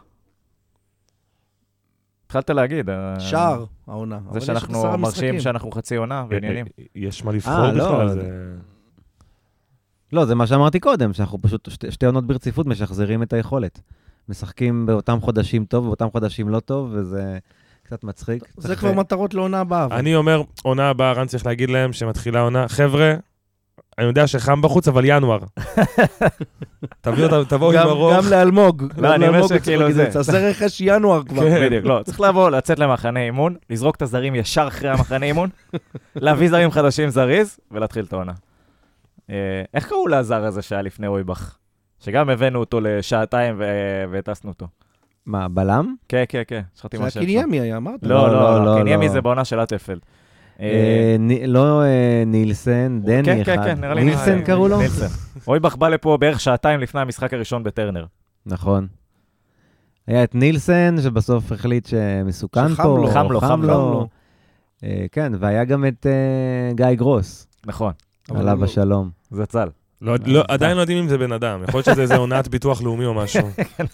התחלת להגיד. שער העונה. זה שאנחנו מרשים שאנחנו חצי עונה ועניינים. יש מה לבחור בכלל. לא, זה מה שאמרתי קודם, שאנחנו פשוט שתי עונות ברציפות משחזרים את היכולת. משחקים באותם חודשים טוב, באותם חודשים לא טוב, וזה קצת מצחיק. זה כבר מטרות לעונה הבאה. אני אומר, עונה הבאה, רן צריך להגיד להם שמתחילה עונה. חבר'ה, אני יודע שחם בחוץ, אבל ינואר. תבואו עם הרוב. גם לאלמוג. לא, אני אומר שכאילו זה. תעשה רכש ינואר כבר. בדיוק, לא. צריך לצאת למחנה אימון, לזרוק את הזרים ישר אחרי המחנה אימון, להביא זרים חדשים זריז, ולהתחיל את העונה. איך קראו לזר הזה שהיה לפני אויבך? שגם הבאנו אותו לשעתיים והטסנו אותו. מה, בלם? כן. שכחתי מה זה הקיניימי היה, אמרת? לא, קיניימי זה בעונה של אטפלד. לא נילסן, דני אחד. כן, נראה לי נילסן קראו לו? נילסן. אויבך בא לפה בערך שעתיים לפני המשחק הראשון בטרנר. נכון. היה את נילסן, שבסוף החליט שמסוכן פה. חם לו. כן, והיה גם את גיא גרוס. נכון. עליו השלום. זה צל. עדיין לא יודעים אם זה בן אדם. יכול להיות שזה איזה עונת ביטוח לאומי או משהו.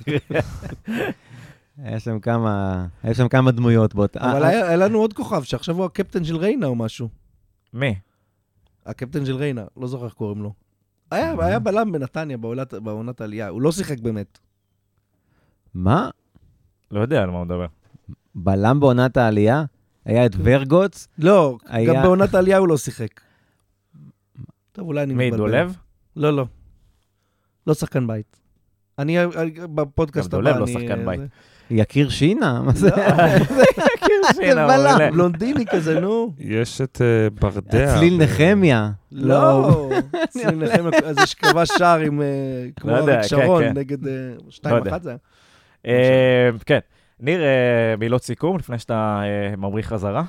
היה שם כמה דמויות בו. אבל היה לנו עוד כוכב, שעכשיו הוא הקפטן של ריינה או משהו. מי? הקפטן של ריינה, לא זוכר איך קוראים לו. היה בלם בנתניה בעונת העלייה, הוא לא שיחק באמת. מה? לא יודע על מה הוא מדבר. בלם בעונת העלייה? היה את ורגוץ? לא, גם בעונת העלייה הוא לא שיחק. טוב, אולי אני מי, דולב? לא. לא שחקן בית. אני בפודקאסט הבא... דולב לא שחקן בית. יקיר שינה? מה זה? יקיר שינה, בלם. בלונדיני כזה, נו. יש את ברדע. צליל נחמיה. לא. צליל נחמיה, זה שקבע שער עם... כמו אריק שרון, נגד 2-1 זה היה. כן. ניר, מילות סיכום, לפני שאתה ממריא חזרה.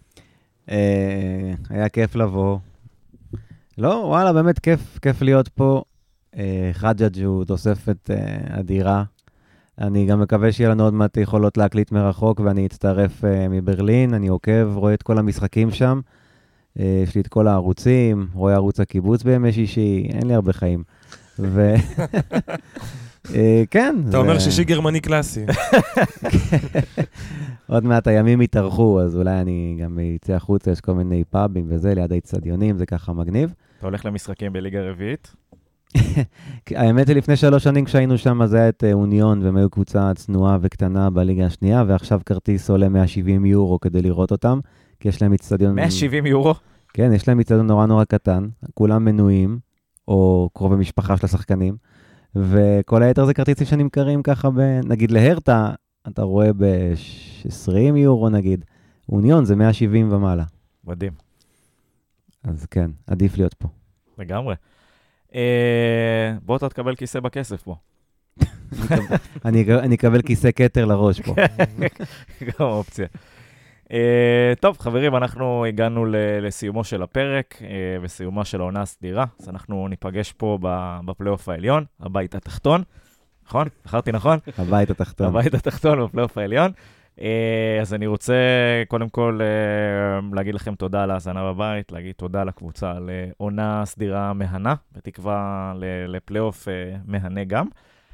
היה כיף לבוא. לא, וואלה, באמת כיף להיות פה. חג'אג' הוא תוספת אדירה. אני גם מקווה שיהיה לנו עוד מעט יכולות להקליט מרחוק, ואני אצטרף מברלין, אני עוקב, רואה את כל המשחקים שם. יש לי את כל הערוצים, רואה ערוץ הקיבוץ בימי שישי, אין לי הרבה חיים. כן. אתה אומר שישי גרמני קלאסי. עוד מעט הימים יתארחו, אז אולי אני גם יצא החוצה, יש כל מיני פאבים וזה, ליד האצטדיונים, זה ככה מגניב. אתה הולך למשחקים בליגה רביעית? האמת היא, לפני 3 שנים כשהיינו שם, אז היה את אוניון, והם היו קבוצה צנועה וקטנה בליגה השנייה, ועכשיו כרטיס עולה 170 יורו כדי לראות אותם, כי יש להם אצטדיון... 170 יורו? כן, יש להם אצטדיון נורא נורא קטן, כולם מנויים, או קרובי משפחה של השחקנים, וכל היתר זה כרטיסים שנמכרים ככה, נגיד להרטה, אתה רואה ב-20 יורו נגיד, אוניון זה 170 ומעלה. מדהים. אז כן, עדיף להיות פה. לגמרי. בוא אתה תקבל כיסא בכסף פה. אני אקבל כיסא כתר לראש פה. גם אופציה. טוב, חברים, אנחנו הגענו לסיומו של הפרק, וסיומה של העונה הסדירה, אז אנחנו ניפגש פה בפלייאוף העליון, הבית התחתון, נכון? בחרתי נכון? הבית התחתון. הבית התחתון בפלייאוף העליון. אז אני רוצה קודם כל להגיד לכם תודה על ההאזנה בבית, להגיד תודה לקבוצה על עונה סדירה מהנה, בתקווה לפלייאוף מהנה גם.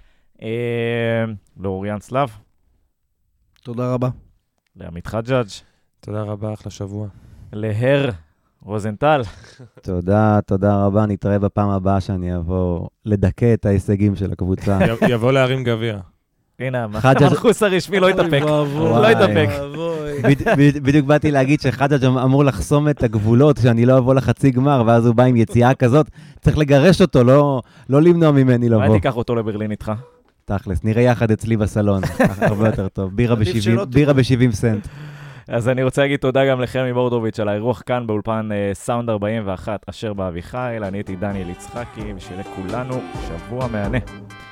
לאוריאן סלאב. תודה רבה. לעמית חג'אג'. תודה רבה, אחלה שבוע. להר רוזנטל. תודה רבה, נתראה בפעם הבאה שאני אבוא לדכא את ההישגים של הקבוצה. יבוא להרים גביע. הנה, המנחוס הרשמי לא יתאפק. לא יתאפק. בדיוק באתי להגיד שחג'אג' אמור לחסום את הגבולות, שאני לא אבוא לחצי גמר, ואז הוא בא עם יציאה כזאת. צריך לגרש אותו, לא למנוע ממני לבוא. אולי תיקח אותו לברלין איתך? תכלס, נראה יחד אצלי בסלון. הרבה יותר טוב. בירה ב-70 סנט. אז אני רוצה להגיד תודה גם לכם מבורדוביץ' על האירוח כאן באולפן סאונד 41 אשר באביחיל. אני הייתי דניאל יצחקי, ושיהיה לכולנו שבוע מהנה.